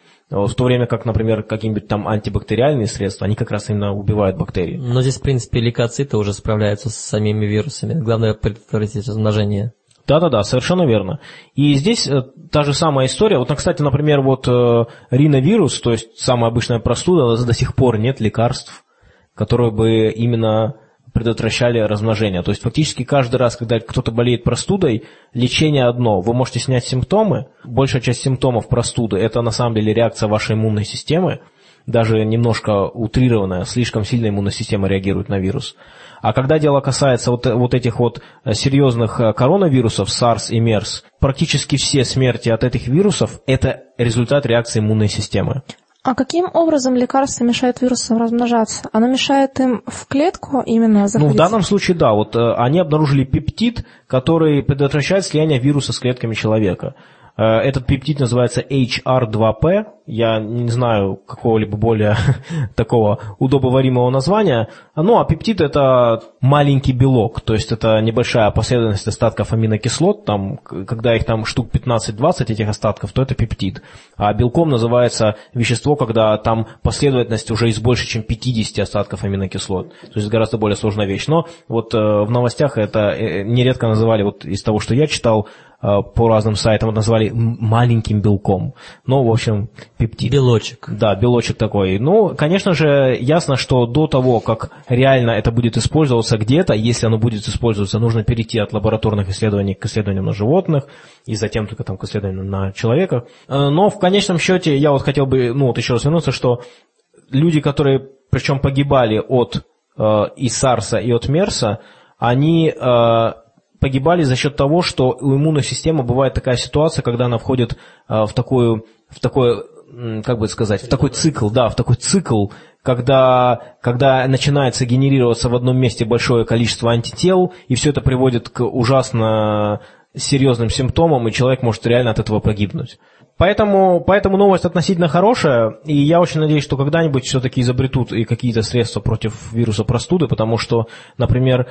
В то время как, например, какие-нибудь там антибактериальные средства, они как раз именно убивают бактерии. Но здесь, в принципе, лейкоциты уже справляются с самими вирусами. Главное предотвратить размножение. Да-да-да, совершенно верно. И здесь э, та же самая история. Вот, кстати, например, вот э, риновирус, то есть самая обычная простуда, до сих пор нет лекарств, которые бы именно предотвращали размножение. То есть фактически каждый раз, когда кто-то болеет простудой, лечение одно. Вы можете снять симптомы. Большая часть симптомов простуды – это на самом деле реакция вашей иммунной системы. Даже немножко утрированная, слишком сильно иммунная система реагирует на вирус. А когда дело касается вот, вот этих вот серьезных коронавирусов, SARS и MERS, практически все смерти от этих вирусов – это результат реакции иммунной системы. А каким образом лекарство мешает вирусам размножаться? Оно мешает им в клетку именно заходить? Ну, в данном случае, да. Вот э, они обнаружили пептид, который предотвращает слияние вируса с клетками человека. Э, этот пептид называется эйч ар два пи. Я не знаю какого-либо более такого удобоваримого названия. Ну, а пептид – это маленький белок, то есть это небольшая последовательность остатков аминокислот. Там, когда их там штук пятнадцать-двадцать этих остатков, то это пептид. А белком называется вещество, когда там последовательность уже из больше, чем пятьдесят остатков аминокислот. То есть гораздо более сложная вещь. Но вот э, в новостях это э, нередко называли, вот из того, что я читал, э, по разным сайтам, назвали маленьким белком. Ну, в общем... пептид. Белочек. Да, белочек такой. Ну, конечно же, ясно, что до того, как реально это будет использоваться где-то, если оно будет использоваться, нужно перейти от лабораторных исследований к исследованиям на животных, и затем только там к исследованиям на человека. Но в конечном счете, я вот хотел бы, ну вот еще раз вернуться, что люди, которые, причем погибали от э, и сарса, и от мерса, они... Э, погибали за счет того, что у иммунной системы бывает такая ситуация, когда она входит э, в такую, в такое, как бы сказать, в такой цикл, да, в такой цикл, когда, когда начинается генерироваться в одном месте большое количество антител, и все это приводит к ужасно серьезным симптомам, и человек может реально от этого погибнуть. Поэтому, поэтому новость относительно хорошая, и я очень надеюсь, что когда-нибудь все-таки изобретут и какие-то средства против вируса простуды, потому что, например,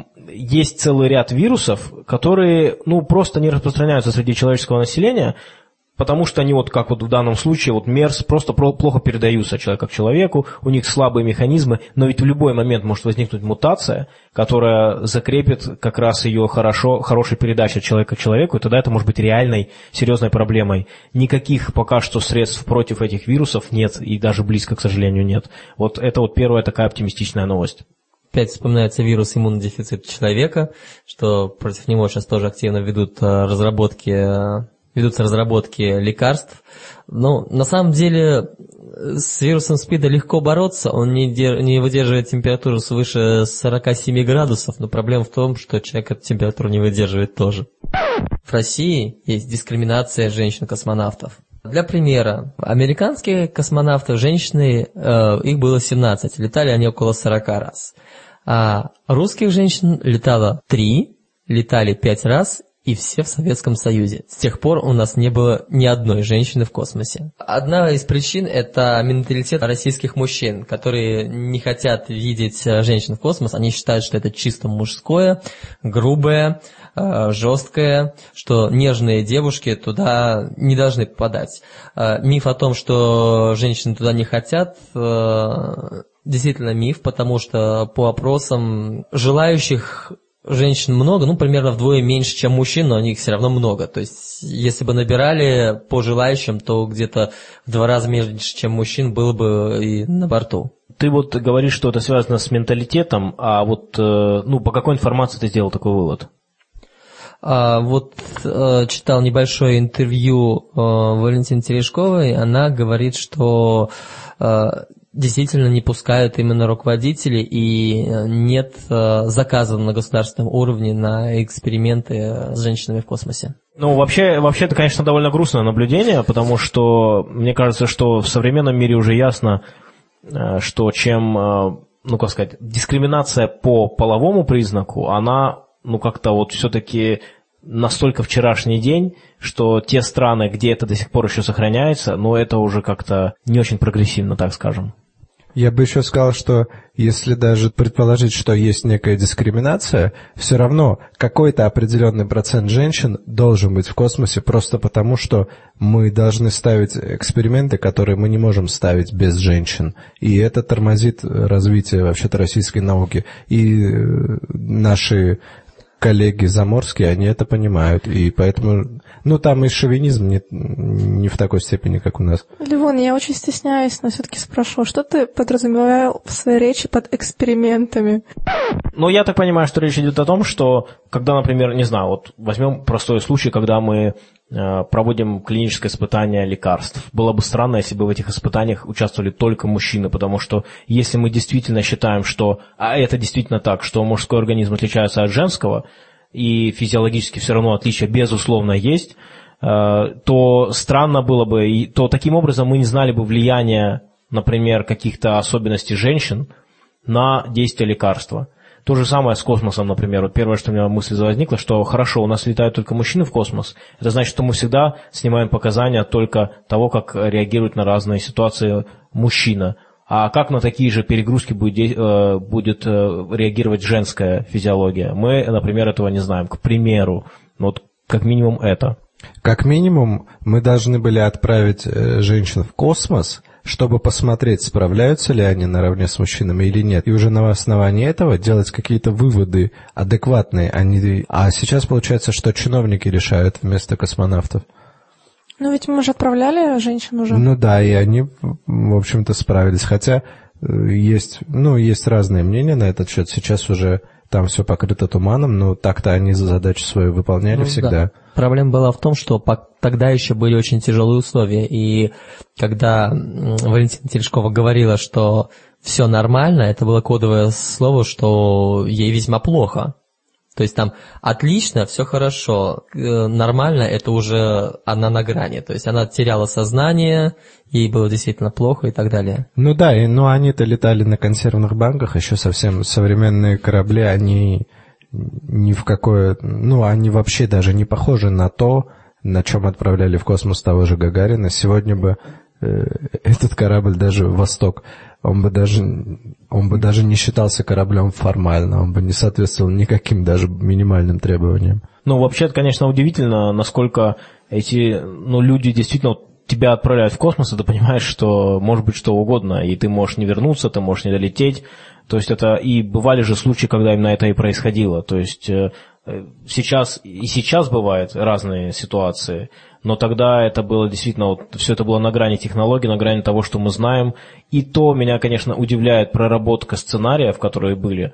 есть целый ряд вирусов, которые, ну, просто не распространяются среди человеческого населения, потому что они вот, как вот в данном случае, вот мерс, просто плохо передаются от человека к человеку, у них слабые механизмы, но ведь в любой момент может возникнуть мутация, которая закрепит как раз ее хорошо, хорошей передачей от человека к человеку, и тогда это может быть реальной, серьезной проблемой. Никаких пока что средств против этих вирусов нет, и даже близко, к сожалению, нет. Вот это вот первая такая оптимистичная новость. Опять вспоминается вирус иммунодефицита человека, что против него сейчас тоже активно ведут разработки... ведутся разработки лекарств. Но на самом деле с вирусом СПИДа легко бороться, он не, дер... не выдерживает температуру свыше сорок семь градусов, но проблема в том, что человек эту температуру не выдерживает тоже. В России есть дискриминация женщин-космонавтов. Для примера, американские космонавты, женщины, э, их было семнадцать, летали они около сорок раз. А русских женщин летало три, летали пять раз, и все в Советском Союзе. С тех пор у нас не было ни одной женщины в космосе. Одна из причин – это менталитет российских мужчин, которые не хотят видеть женщин в космос. Они считают, что это чисто мужское, грубое, жесткое, что нежные девушки туда не должны попадать. Миф о том, что женщины туда не хотят, действительно миф, потому что по опросам желающих женщин много, ну, примерно вдвое меньше, чем мужчин, но их все равно много. То есть, если бы набирали по желающим, то где-то в два раза меньше, чем мужчин, было бы и на борту. Ты вот говоришь, что это связано с менталитетом, а вот, ну, по какой информации ты сделал такой вывод? А, вот а, читал небольшое интервью а, Валентины Терешковой, она говорит, что а, действительно не пускают именно руководители и нет а, заказов на государственном уровне на эксперименты с женщинами в космосе. Ну, вообще, вообще это, конечно, довольно грустное наблюдение, потому что мне кажется, что в современном мире уже ясно, что чем, ну, как сказать, дискриминация по половому признаку, она, ну, как-то вот все-таки настолько вчерашний день, что те страны, где это до сих пор еще сохраняется, ну, это уже как-то не очень прогрессивно, так скажем. Я бы еще сказал, что если даже предположить, что есть некая дискриминация, все равно какой-то определенный процент женщин должен быть в космосе просто потому, что мы должны ставить эксперименты, которые мы не можем ставить без женщин. И это тормозит развитие вообще-то российской науки. И наши коллеги заморские, они это понимают, и поэтому, ну, там и шовинизм не, не в такой степени, как у нас. Левон, я очень стесняюсь, но все-таки спрошу, что ты подразумевал в своей речи под экспериментами? Ну, я так понимаю, что речь идет о том, что, когда, например, не знаю, вот возьмем простой случай, когда мы э, проводим клиническое испытание лекарств. Было бы странно, если бы в этих испытаниях участвовали только мужчины, потому что если мы действительно считаем, что, а это действительно так, что мужской организм отличается от женского, и физиологически все равно отличия безусловно есть, э, то странно было бы, и, то таким образом мы не знали бы влияния, например, каких-то особенностей женщин на действие лекарства. То же самое с космосом, например. Вот первое, что у меня мысль возникла, что хорошо, у нас летают только мужчины в космос. Это значит, что мы всегда снимаем показания только того, как реагирует на разные ситуации мужчина. А как на такие же перегрузки будет, э, будет э, реагировать женская физиология? Мы, например, этого не знаем. К примеру, вот как минимум это. Как минимум мы должны были отправить э, женщин в космос, чтобы посмотреть, справляются ли они наравне с мужчинами или нет. И уже на основании этого делать какие-то выводы адекватные. А, не... а сейчас получается, что чиновники решают вместо космонавтов. Ну ведь мы же отправляли женщин уже. Ну да, и они, в общем-то, справились. Хотя есть, ну, есть разные мнения на этот счет. Сейчас уже там все покрыто туманом, но так-то они задачу свою выполняли ну, всегда. Да. Проблема была в том, что тогда еще были очень тяжелые условия, и когда Валентина Терешкова говорила, что все нормально, это было кодовое слово, что ей весьма плохо. То есть там отлично, все хорошо, нормально, это уже она на грани. То есть она теряла сознание, ей было действительно плохо и так далее. Ну да, и, ну они-то летали на консервных банках, еще совсем современные корабли, они ни в какое... Ну, они вообще даже не похожи на то, на чем отправляли в космос того же Гагарина. Сегодня бы э, этот корабль, даже «Восток», он бы даже... Он бы даже не считался кораблем формально, он бы не соответствовал никаким даже минимальным требованиям. Ну, вообще, конечно, удивительно, насколько эти ну, люди действительно тебя отправляют в космос, и ты понимаешь, что может быть что угодно, и ты можешь не вернуться, ты можешь не долететь. То есть это и бывали же случаи, когда именно это и происходило. То есть сейчас и сейчас бывают разные ситуации, но тогда это было действительно, вот, все это было на грани технологий, на грани того, что мы знаем. И то меня, конечно, удивляет проработка сценариев, которые были,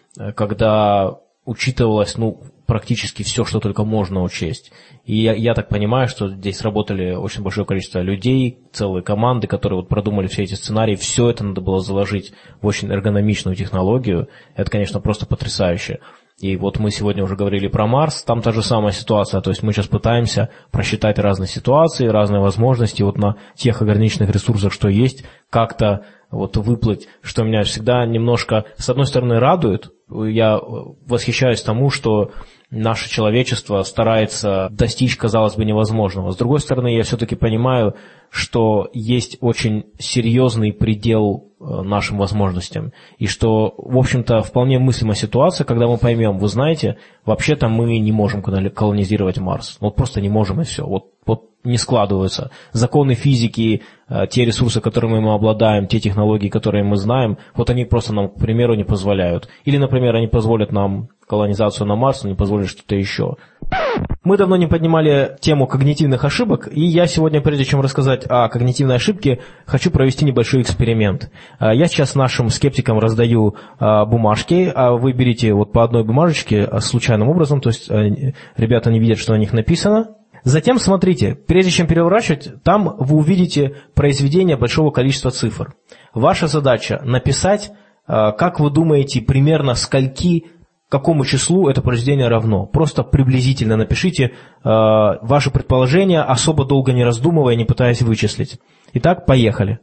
когда учитывалось, ну, практически все, что только можно учесть. И я, я так понимаю, что здесь работали очень большое количество людей, целые команды, которые вот продумали все эти сценарии. Все это надо было заложить в очень эргономичную технологию. Это, конечно, просто потрясающе. И вот мы сегодня уже говорили про Марс, там та же самая ситуация, то есть мы сейчас пытаемся просчитать разные ситуации, разные возможности, вот на тех ограниченных ресурсах, что есть, как-то вот выплыть, что меня всегда немножко, с одной стороны, радует, я восхищаюсь тому, что наше человечество старается достичь, казалось бы, невозможного. С другой стороны, я все-таки понимаю, что есть очень серьезный предел нашим возможностям. И что, в общем-то, вполне мыслима ситуация, когда мы поймем, вы знаете, вообще-то мы не можем колонизировать Марс. Вот просто не можем, и все. Вот, вот не складываются. Законы физики, те ресурсы, которыми мы обладаем, те технологии, которые мы знаем, вот они просто нам, к примеру, не позволяют. Или, например, они позволят нам колонизацию на Марс, не позволили что-то еще. Мы давно не поднимали тему когнитивных ошибок, и я сегодня, прежде чем рассказать о когнитивной ошибке, хочу провести небольшой эксперимент. Я сейчас нашим скептикам раздаю бумажки, а вы берите вот по одной бумажечке случайным образом, то есть ребята не видят, что на них написано. Затем смотрите, прежде чем переворачивать, там вы увидите произведение большого количества цифр. Ваша задача написать, как вы думаете, примерно скольки, какому числу это произведение равно. Просто приблизительно напишите э, ваше предположение, особо долго не раздумывая, не пытаясь вычислить. Итак, поехали.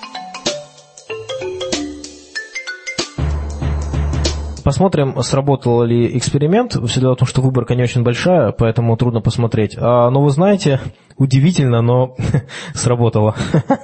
Посмотрим, сработал ли эксперимент. Все дело в том, что выборка не очень большая, поэтому трудно посмотреть. А, но вы знаете, удивительно, но сработало.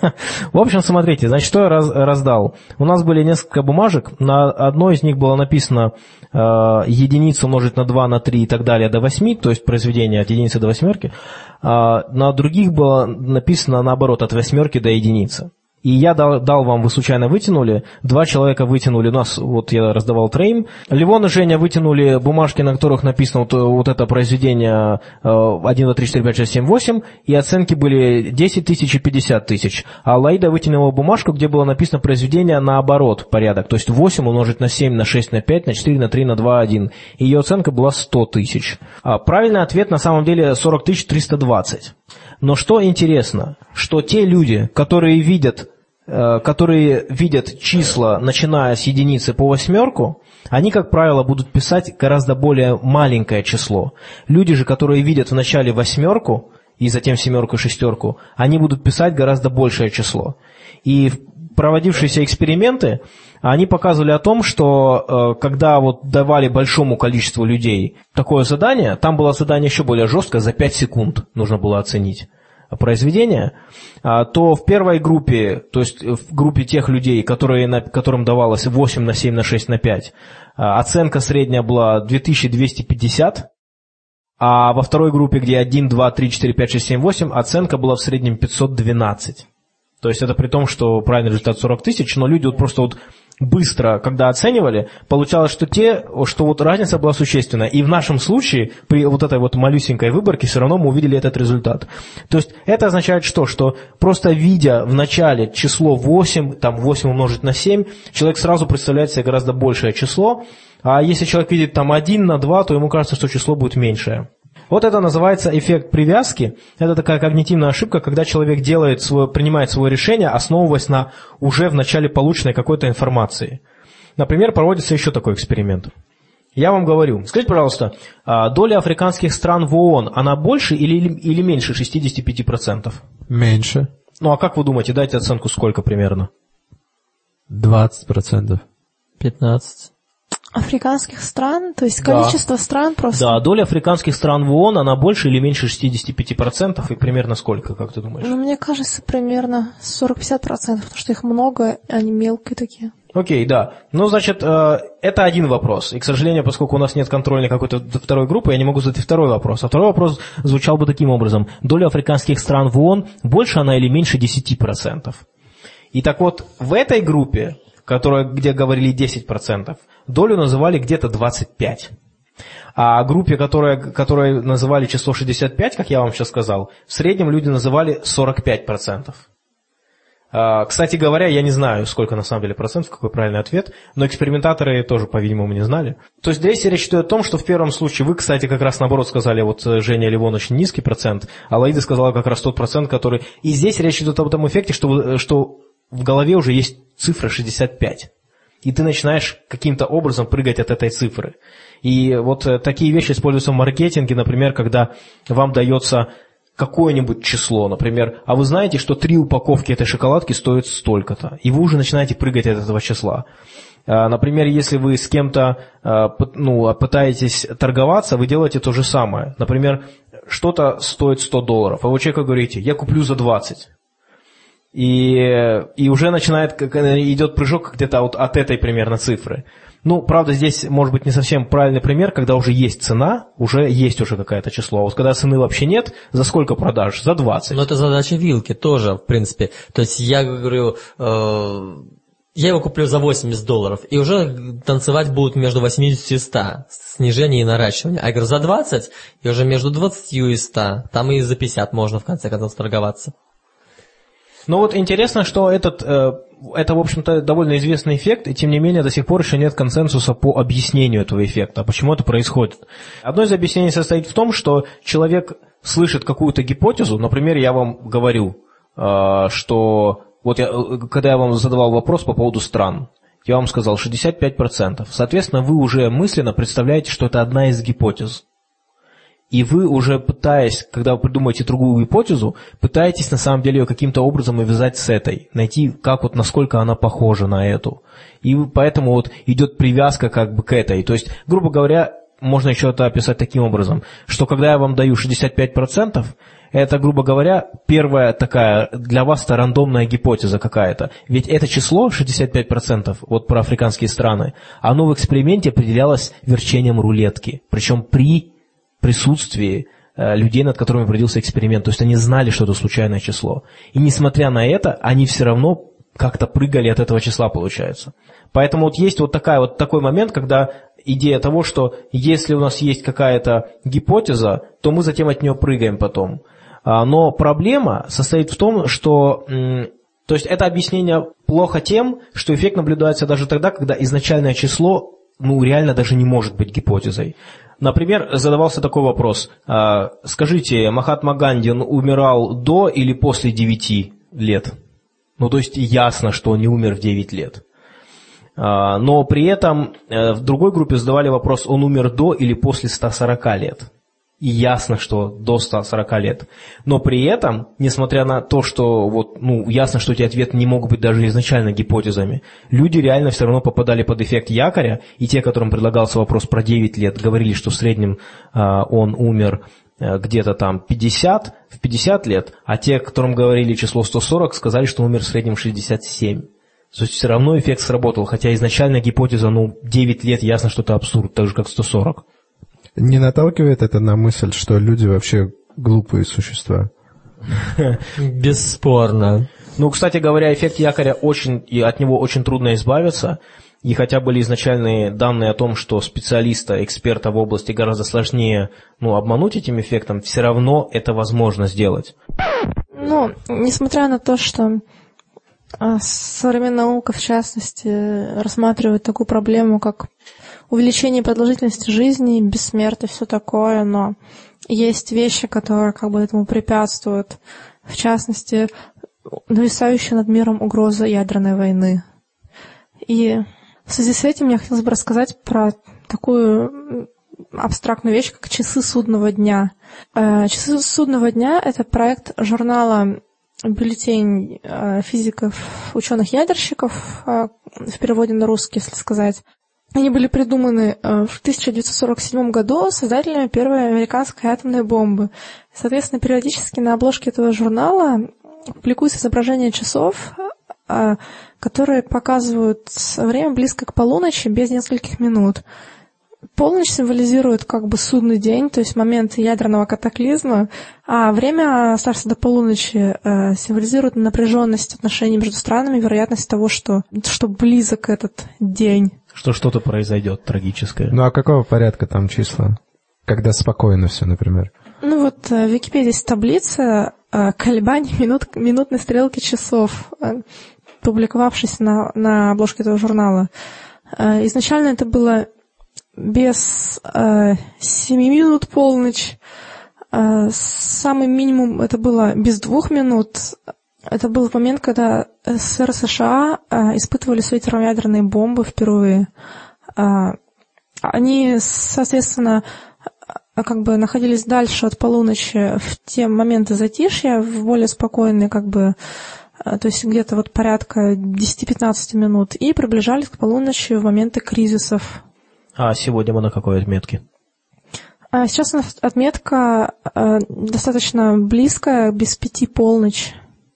В общем, смотрите, значит, что я раз, раздал. У нас были несколько бумажек. На одной из них было написано э, единицу умножить на два, на три и так далее до восьми, то есть произведение от единицы до восьмерки. А на других было написано наоборот, от восьмерки до единицы. И я дал, дал вам, вы случайно вытянули, два человека вытянули, у нас, вот я раздавал троим, Левон и Женя вытянули бумажки, на которых написано вот, вот это произведение один, два, три, четыре, пять, шесть, семь, восемь, и оценки были десять тысяч и пятьдесят тысяч. А Лаида вытянула бумажку, где было написано произведение наоборот порядок, то есть восемь умножить на семь, на шесть, на пять, на четыре, на три, на два, один. И ее оценка была сто тысяч. А правильный ответ на самом деле сорок тысяч триста двадцать. Но что интересно, что те люди, которые видят, э, которые видят числа, начиная с единицы по восьмерку, они, как правило, будут писать гораздо более маленькое число. Люди же, которые видят вначале восьмерку и затем семерку и шестерку, они будут писать гораздо большее число. И проводившиеся эксперименты, они показывали о том, что э, когда вот давали большому количеству людей такое задание, там было задание еще более жесткое, за пять секунд нужно было оценить произведение, а, то в первой группе, то есть в группе тех людей, которые, на, которым давалось восемь на семь на шесть на пять, а, оценка средняя была две тысячи двести пятьдесят, а во второй группе, где один, два, три, четыре, пять, шесть, семь, восемь, оценка была в среднем пятьсот двенадцать. То есть это при том, что правильный результат сорок тысяч, но люди вот просто вот быстро, когда оценивали, получалось, что те, что вот разница была существенная. И в нашем случае, при вот этой вот малюсенькой выборке, все равно мы увидели этот результат. То есть это означает что? Что просто видя в начале число восемь, там восемь умножить на семь, человек сразу представляет себе гораздо большее число, а если человек видит там один на два, то ему кажется, что число будет меньшее. Вот это называется эффект привязки. Это такая когнитивная ошибка, когда человек делает свое, принимает свое решение, основываясь на уже вначале полученной какой-то информации. Например, проводится еще такой эксперимент. Я вам говорю, скажите, пожалуйста, доля африканских стран в ООН, она больше или, или меньше шестьдесят пять процентов? Меньше. Ну а как вы думаете, дайте оценку сколько примерно? двадцать процентов. пятнадцать. Африканских стран, то есть количество да. стран просто... Да, доля африканских стран в ООН, она больше или меньше шестьдесят пять процентов, и примерно сколько, как ты думаешь? Ну, мне кажется, примерно сорок-пятьдесят процентов, потому что их много, они мелкие такие. Окей, да. Ну, значит, это один вопрос. И, к сожалению, поскольку у нас нет контрольной какой-то второй группы, я не могу задать второй вопрос. А второй вопрос звучал бы таким образом. Доля африканских стран в ООН, больше она или меньше десять процентов? И так вот, в этой группе, которая, где говорили десять процентов, долю называли где-то двадцать пять. А группе, которая, которая называли число шестьдесят пять, как я вам сейчас сказал, в среднем люди называли сорок пять процентов. А, кстати говоря, я не знаю, сколько на самом деле процентов, какой правильный ответ, но экспериментаторы тоже, по-видимому, не знали. То есть здесь речь идет о том, что в первом случае вы, кстати, как раз наоборот сказали, вот Женя Левон очень низкий процент, а Лаида сказала как раз тот процент, который... И здесь речь идет об этом эффекте, что, что в голове уже есть цифра шестьдесят пять. И ты начинаешь каким-то образом прыгать от этой цифры. И вот такие вещи используются в маркетинге, например, когда вам дается какое-нибудь число, например, а вы знаете, что три упаковки этой шоколадки стоят столько-то, и вы уже начинаете прыгать от этого числа. Например, если вы с кем-то ну, пытаетесь торговаться, вы делаете то же самое. Например, что-то стоит сто долларов, а вы человеку говорите, я куплю за двадцать. И, и уже начинает, идет прыжок где-то от, от этой примерно цифры. Ну, правда, здесь может быть не совсем правильный пример, когда уже есть цена, уже есть уже какое-то число. А вот когда цены вообще нет, за сколько продашь? За двадцать. Но это задача вилки тоже, в принципе. То есть я говорю, э, я его куплю за восемьдесят долларов, и уже танцевать будут между восемьдесят и ста, снижение и наращивание. А я говорю, за двадцать, и уже между двадцатью и ста, там и за пятьдесят можно в конце концов торговаться. Ну вот интересно, что этот, э, это, в общем-то, довольно известный эффект, и тем не менее до сих пор еще нет консенсуса по объяснению этого эффекта, почему это происходит. Одно из объяснений состоит в том, что человек слышит какую-то гипотезу, например, я вам говорю, э, что вот я, когда я вам задавал вопрос по поводу стран, я вам сказал шестьдесят пять процентов. Соответственно, вы уже мысленно представляете, что это одна из гипотез. И вы уже пытаясь, когда вы придумаете другую гипотезу, пытаетесь на самом деле ее каким-то образом увязать с этой, найти, как вот, насколько она похожа на эту. И поэтому вот идет привязка как бы к этой. То есть, грубо говоря, можно еще это описать таким образом, что когда я вам даю шестьдесят пять процентов, это, грубо говоря, первая такая для вас-то рандомная гипотеза какая-то. Ведь это число, шестьдесят пять процентов, вот про африканские страны, оно в эксперименте определялось верчением рулетки. Причем при присутствии э, людей, над которыми проводился эксперимент. То есть они знали, что это случайное число. И несмотря на это, они все равно как-то прыгали от этого числа, получается. Поэтому вот есть вот, такая, вот такой момент, когда идея того, что если у нас есть какая-то гипотеза, то мы затем от нее прыгаем потом. А, но проблема состоит в том, что... М- то есть это объяснение плохо тем, что эффект наблюдается даже тогда, когда изначальное число ну, реально даже не может быть гипотезой. Например, задавался такой вопрос. Скажите, Махатма Ганди умирал до или после девяти лет? Ну, то есть ясно, что он не умер в девять лет. Но при этом в другой группе задавали вопрос, он умер до или после ста сорока лет? И ясно, что до ста сорока лет. Но при этом, несмотря на то, что вот, ну, ясно, что эти ответы не могут быть даже изначально гипотезами, люди реально все равно попадали под эффект якоря, и те, которым предлагался вопрос про девять лет, говорили, что в среднем э, он умер э, где-то там пятьдесят, в пятьдесят лет, а те, которым говорили число сто сорок, сказали, что умер в среднем в шестьдесят семь. То есть все равно эффект сработал, хотя изначально гипотеза, ну, девять лет, ясно, что это абсурд, так же, как сто сорок. Не наталкивает это на мысль, что люди вообще глупые существа? Бесспорно. Ну, кстати говоря, эффект якоря очень, и от него очень трудно избавиться. И хотя были изначальные данные о том, что специалиста, эксперта в области гораздо сложнее ну, обмануть этим эффектом, все равно это возможно сделать. Ну, несмотря на то, что современная наука, в частности, рассматривает такую проблему, как увеличение продолжительности жизни, бессмертие, все такое, но есть вещи, которые как бы этому препятствуют. В частности, нависающая над миром угроза ядерной войны. И в связи с этим я хотела бы рассказать про такую абстрактную вещь, как часы судного дня. Часы судного дня — это проект журнала «Бюллетень физиков, ученых-ядерщиков», в переводе на русский, если сказать. Они были придуманы в тысяча девятьсот сорок седьмом году создателями первой американской атомной бомбы. Соответственно, периодически на обложке этого журнала публикуются изображения часов, которые показывают время близко к полуночи без нескольких минут. Полночь символизирует как бы судный день, то есть момент ядерного катаклизма, а время, оставшееся до полуночи, символизирует напряженность отношений между странами, вероятность того, что, что близок этот день. Что что-то произойдет трагическое. Ну а какого порядка там числа? Когда спокойно все, например? Ну вот в Википедии есть таблица колебаний минут, минутной стрелки часов, публиковавшись на, на обложке этого журнала. Изначально это было без э, семи минут полночь. Э, самый минимум это было без двух минут. Это был момент, когда СССР и США э, испытывали свои термоядерные бомбы впервые. Э, они, соответственно, как бы находились дальше от полуночи в те моменты затишья, в более спокойные, как бы, э, то есть где-то вот порядка десять-пятнадцать минут, и приближались к полуночи в моменты кризисов. А сегодня мы на какой отметке? А сейчас отметка э, достаточно близкая, без пяти полночь.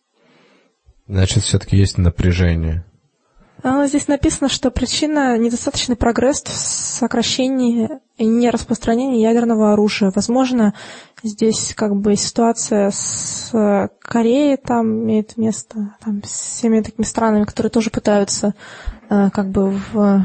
Значит, все-таки есть напряжение. А, здесь написано, что причина — недостаточный прогресс в сокращении и нераспространении ядерного оружия. Возможно, Здесь как бы ситуация с Кореей там имеет место, там с всеми такими странами, которые тоже пытаются э, как бы в...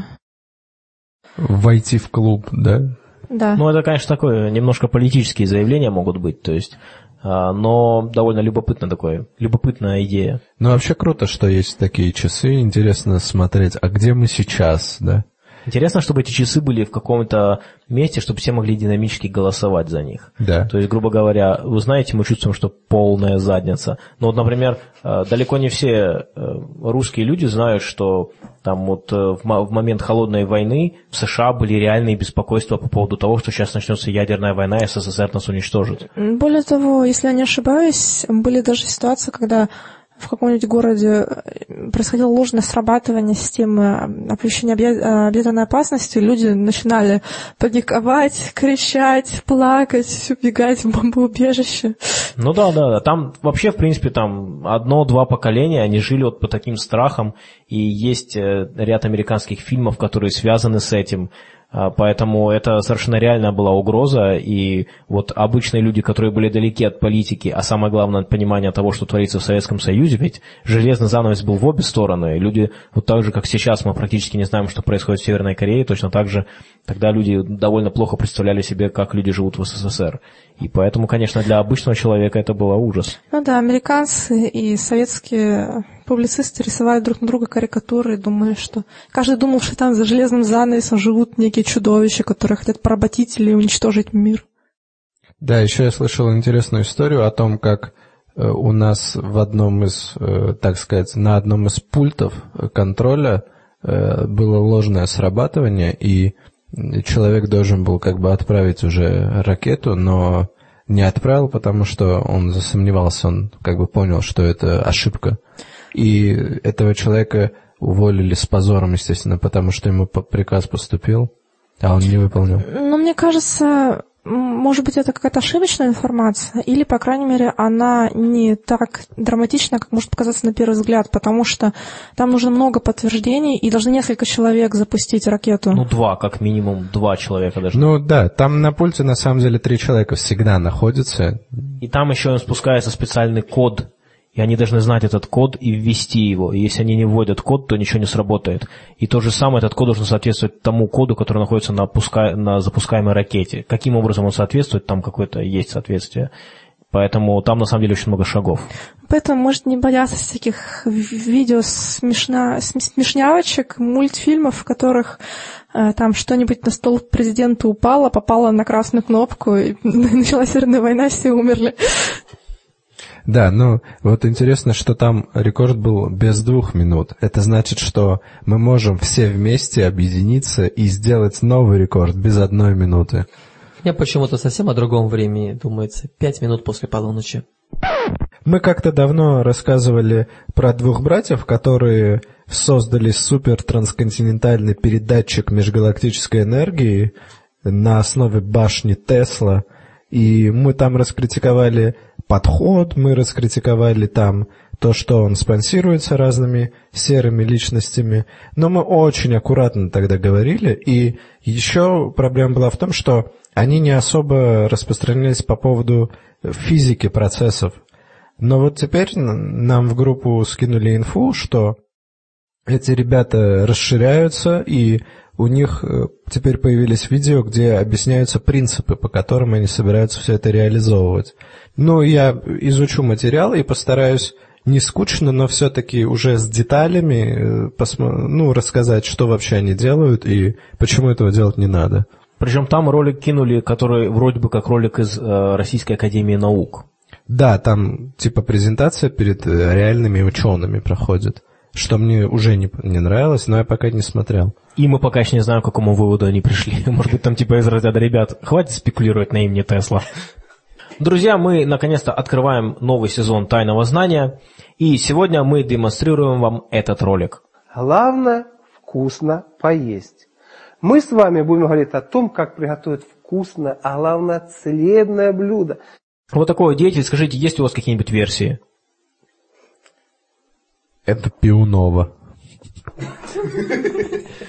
Войти в клуб, да? Да. Ну, это, конечно, такое, немножко политические заявления могут быть, то есть, а, но довольно любопытно такое, любопытная идея. Ну, вообще круто, что есть такие часы, интересно смотреть, а где мы сейчас, да? Интересно, чтобы эти часы были в каком-то месте, чтобы все могли динамически голосовать за них. Да. То есть, грубо говоря, вы знаете, мы чувствуем, что полная задница. Но вот, например, далеко не все русские люди знают, что там вот в момент холодной войны в США были реальные беспокойства по поводу того, что сейчас начнется ядерная война, и СССР нас уничтожит. Более того, если я не ошибаюсь, были даже ситуации, когда в каком-нибудь городе происходило ложное срабатывание системы оповещения об ядерной опасности, люди начинали паниковать, кричать, плакать, убегать в бомбоубежище. Ну да, да, да. Там вообще, в принципе, там одно-два поколения, они жили вот по таким страхам, и есть ряд американских фильмов, которые связаны с этим. Поэтому это совершенно реальная была угроза, и вот обычные люди, которые были далеки от политики, а самое главное от понимания того, что творится в Советском Союзе, ведь железный занавес был в обе стороны, и люди, вот так же, как сейчас мы практически не знаем, что происходит в Северной Корее, точно так же тогда люди довольно плохо представляли себе, как люди живут в СССР. И поэтому, конечно, для обычного человека это был ужас. Ну да, американцы и советские публицисты рисовали друг на друга карикатуры и думали, что... Каждый думал, что там за железным занавесом живут некие чудовища, которые хотят поработить или уничтожить мир. Да, еще я слышал интересную историю о том, как у нас в одном из, так сказать, на одном из пультов контроля было ложное срабатывание, и человек должен был как бы отправить уже ракету, но не отправил, потому что он засомневался, он как бы понял, что это ошибка. И этого человека уволили с позором, естественно, потому что ему приказ поступил, а он не выполнил. Ну, мне кажется, может быть, это какая-то ошибочная информация, или, по крайней мере, она не так драматична, как может показаться на первый взгляд, потому что там нужно много подтверждений, и должны несколько человек запустить ракету. Ну, два, как минимум, два человека даже. Ну, да, там на пульте, на самом деле, три человека всегда находятся. И там еще спускается специальный код, и они должны знать этот код и ввести его. И если они не вводят код, то ничего не сработает. И то же самое, этот код должен соответствовать тому коду, который находится на, пуска... на запускаемой ракете. Каким образом он соответствует, там какое-то есть соответствие. Поэтому там на самом деле очень много шагов. Поэтому может не бояться всяких видео смешна... смешнявочек, мультфильмов, в которых э, там что-нибудь на стол президента упало, попало на красную кнопку, и началась ядерная война, все умерли. Да, ну вот интересно, что там рекорд был без двух минут. Это значит, что мы можем все вместе объединиться и сделать новый рекорд без одной минуты. Мне почему-то совсем о другом времени думается. Пять минут после полуночи. Мы как-то давно рассказывали про двух братьев, которые создали супертрансконтинентальный передатчик межгалактической энергии на основе башни Тесла. И мы там раскритиковали подход, мы раскритиковали там то, что он спонсируется разными серыми личностями, но мы очень аккуратно тогда говорили, и еще проблема была в том, что они не особо распространялись по поводу физики процессов. Но вот теперь нам в группу скинули инфу, что эти ребята расширяются, и у них теперь появились видео, где объясняются принципы, по которым они собираются все это реализовывать. Ну, я изучу материал и постараюсь не скучно, но все-таки уже с деталями посмо- ну, рассказать, что вообще они делают и почему этого делать не надо. Причем там ролик кинули, который вроде бы как ролик из э, Российской Академии Наук. Да, там типа презентация перед реальными учеными проходит, что мне уже не, не нравилось, но я пока не смотрел. И мы пока еще не знаем, к какому выводу они пришли. Может быть, там типа из разряда ребят, хватит спекулировать на имени Тесла. Друзья, мы наконец-то открываем новый сезон «Тайного знания», и сегодня мы демонстрируем вам этот ролик. Главное – вкусно поесть. Мы с вами будем говорить о том, как приготовить вкусное, а главное – целебное блюдо. Вот такое деятель, скажите, есть у вас какие-нибудь версии? Это Пиунова.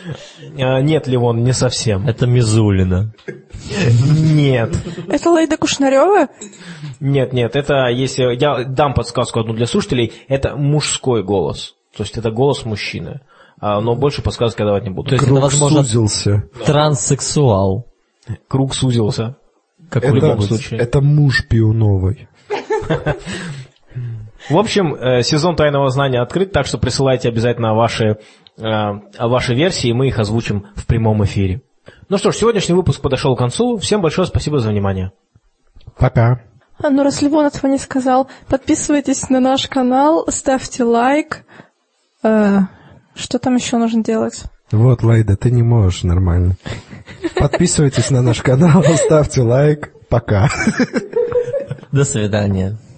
А, нет, Левон, не совсем. Это Мизулина. Нет. Это Лейда Кушнарева? Нет, нет, это, если я дам подсказку одну для слушателей, это мужской голос. То есть это голос мужчины. А, но больше подсказок я давать не буду. То есть Круг это, возможно, сузился. транссексуал. Круг сузился. Как Это, в любом случае. это муж Пиуновой. В общем, э, сезон тайного знания открыт, так что присылайте обязательно ваши, э, ваши версии, и мы их озвучим в прямом эфире. Ну что ж, сегодняшний выпуск подошел к концу. Всем большое спасибо за внимание. Пока. А, ну, раз Левон этого не сказал, подписывайтесь на наш канал, ставьте лайк. Э, что там еще нужно делать? Вот, Лайда, ты не можешь нормально. Подписывайтесь на наш канал, ставьте лайк. Пока. До свидания.